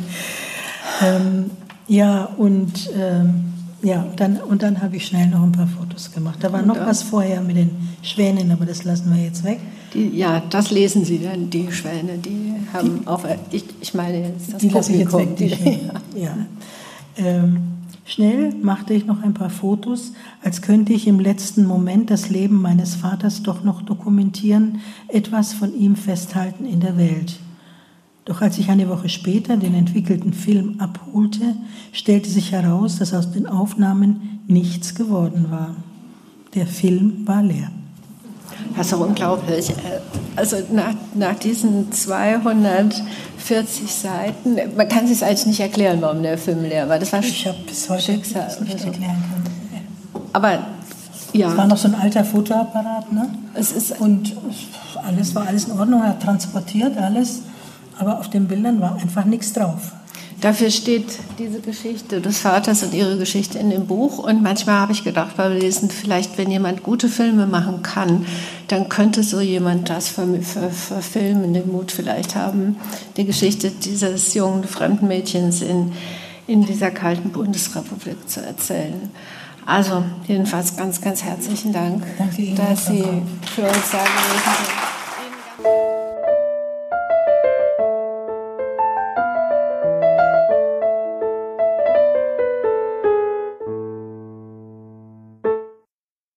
Ähm, ja, und, ähm, ja, dann, und dann habe ich schnell noch ein paar Fotos gemacht. Da war und noch dann? was vorher mit den Schwänen, aber das lassen wir jetzt weg. Die, ja, das lesen Sie dann, die Schwäne, die haben die, auch, ich, ich meine jetzt das die lasse ich jetzt weg, die die, ja. ja. Ähm, schnell machte ich noch ein paar Fotos, als könnte ich im letzten Moment das Leben meines Vaters doch noch dokumentieren, etwas von ihm festhalten in der Welt. Doch als ich eine Woche später den entwickelten Film abholte, stellte sich heraus, dass aus den Aufnahmen nichts geworden war. Der Film war leer. Das ist doch unglaublich. Also nach, nach diesen zweihundertvierzig Seiten, man kann sich eigentlich nicht erklären, warum der Film leer war. Das war ich habe bis heute Schicksal das nicht erklären können. Aber ja. Es war noch so ein alter Fotoapparat, ne? Es ist und alles war alles in Ordnung, er hat transportiert alles, aber auf den Bildern war einfach nichts drauf. Dafür steht diese Geschichte des Vaters und ihre Geschichte in dem Buch. Und manchmal habe ich gedacht beim Lesen, vielleicht, wenn jemand gute Filme machen kann, dann könnte so jemand das verfilmen, den Mut vielleicht haben, die Geschichte dieses jungen fremden Mädchens in, in dieser kalten Bundesrepublik zu erzählen. Also jedenfalls ganz, ganz herzlichen Dank, Danke Ihnen, dass Sie für uns da gewesen sind.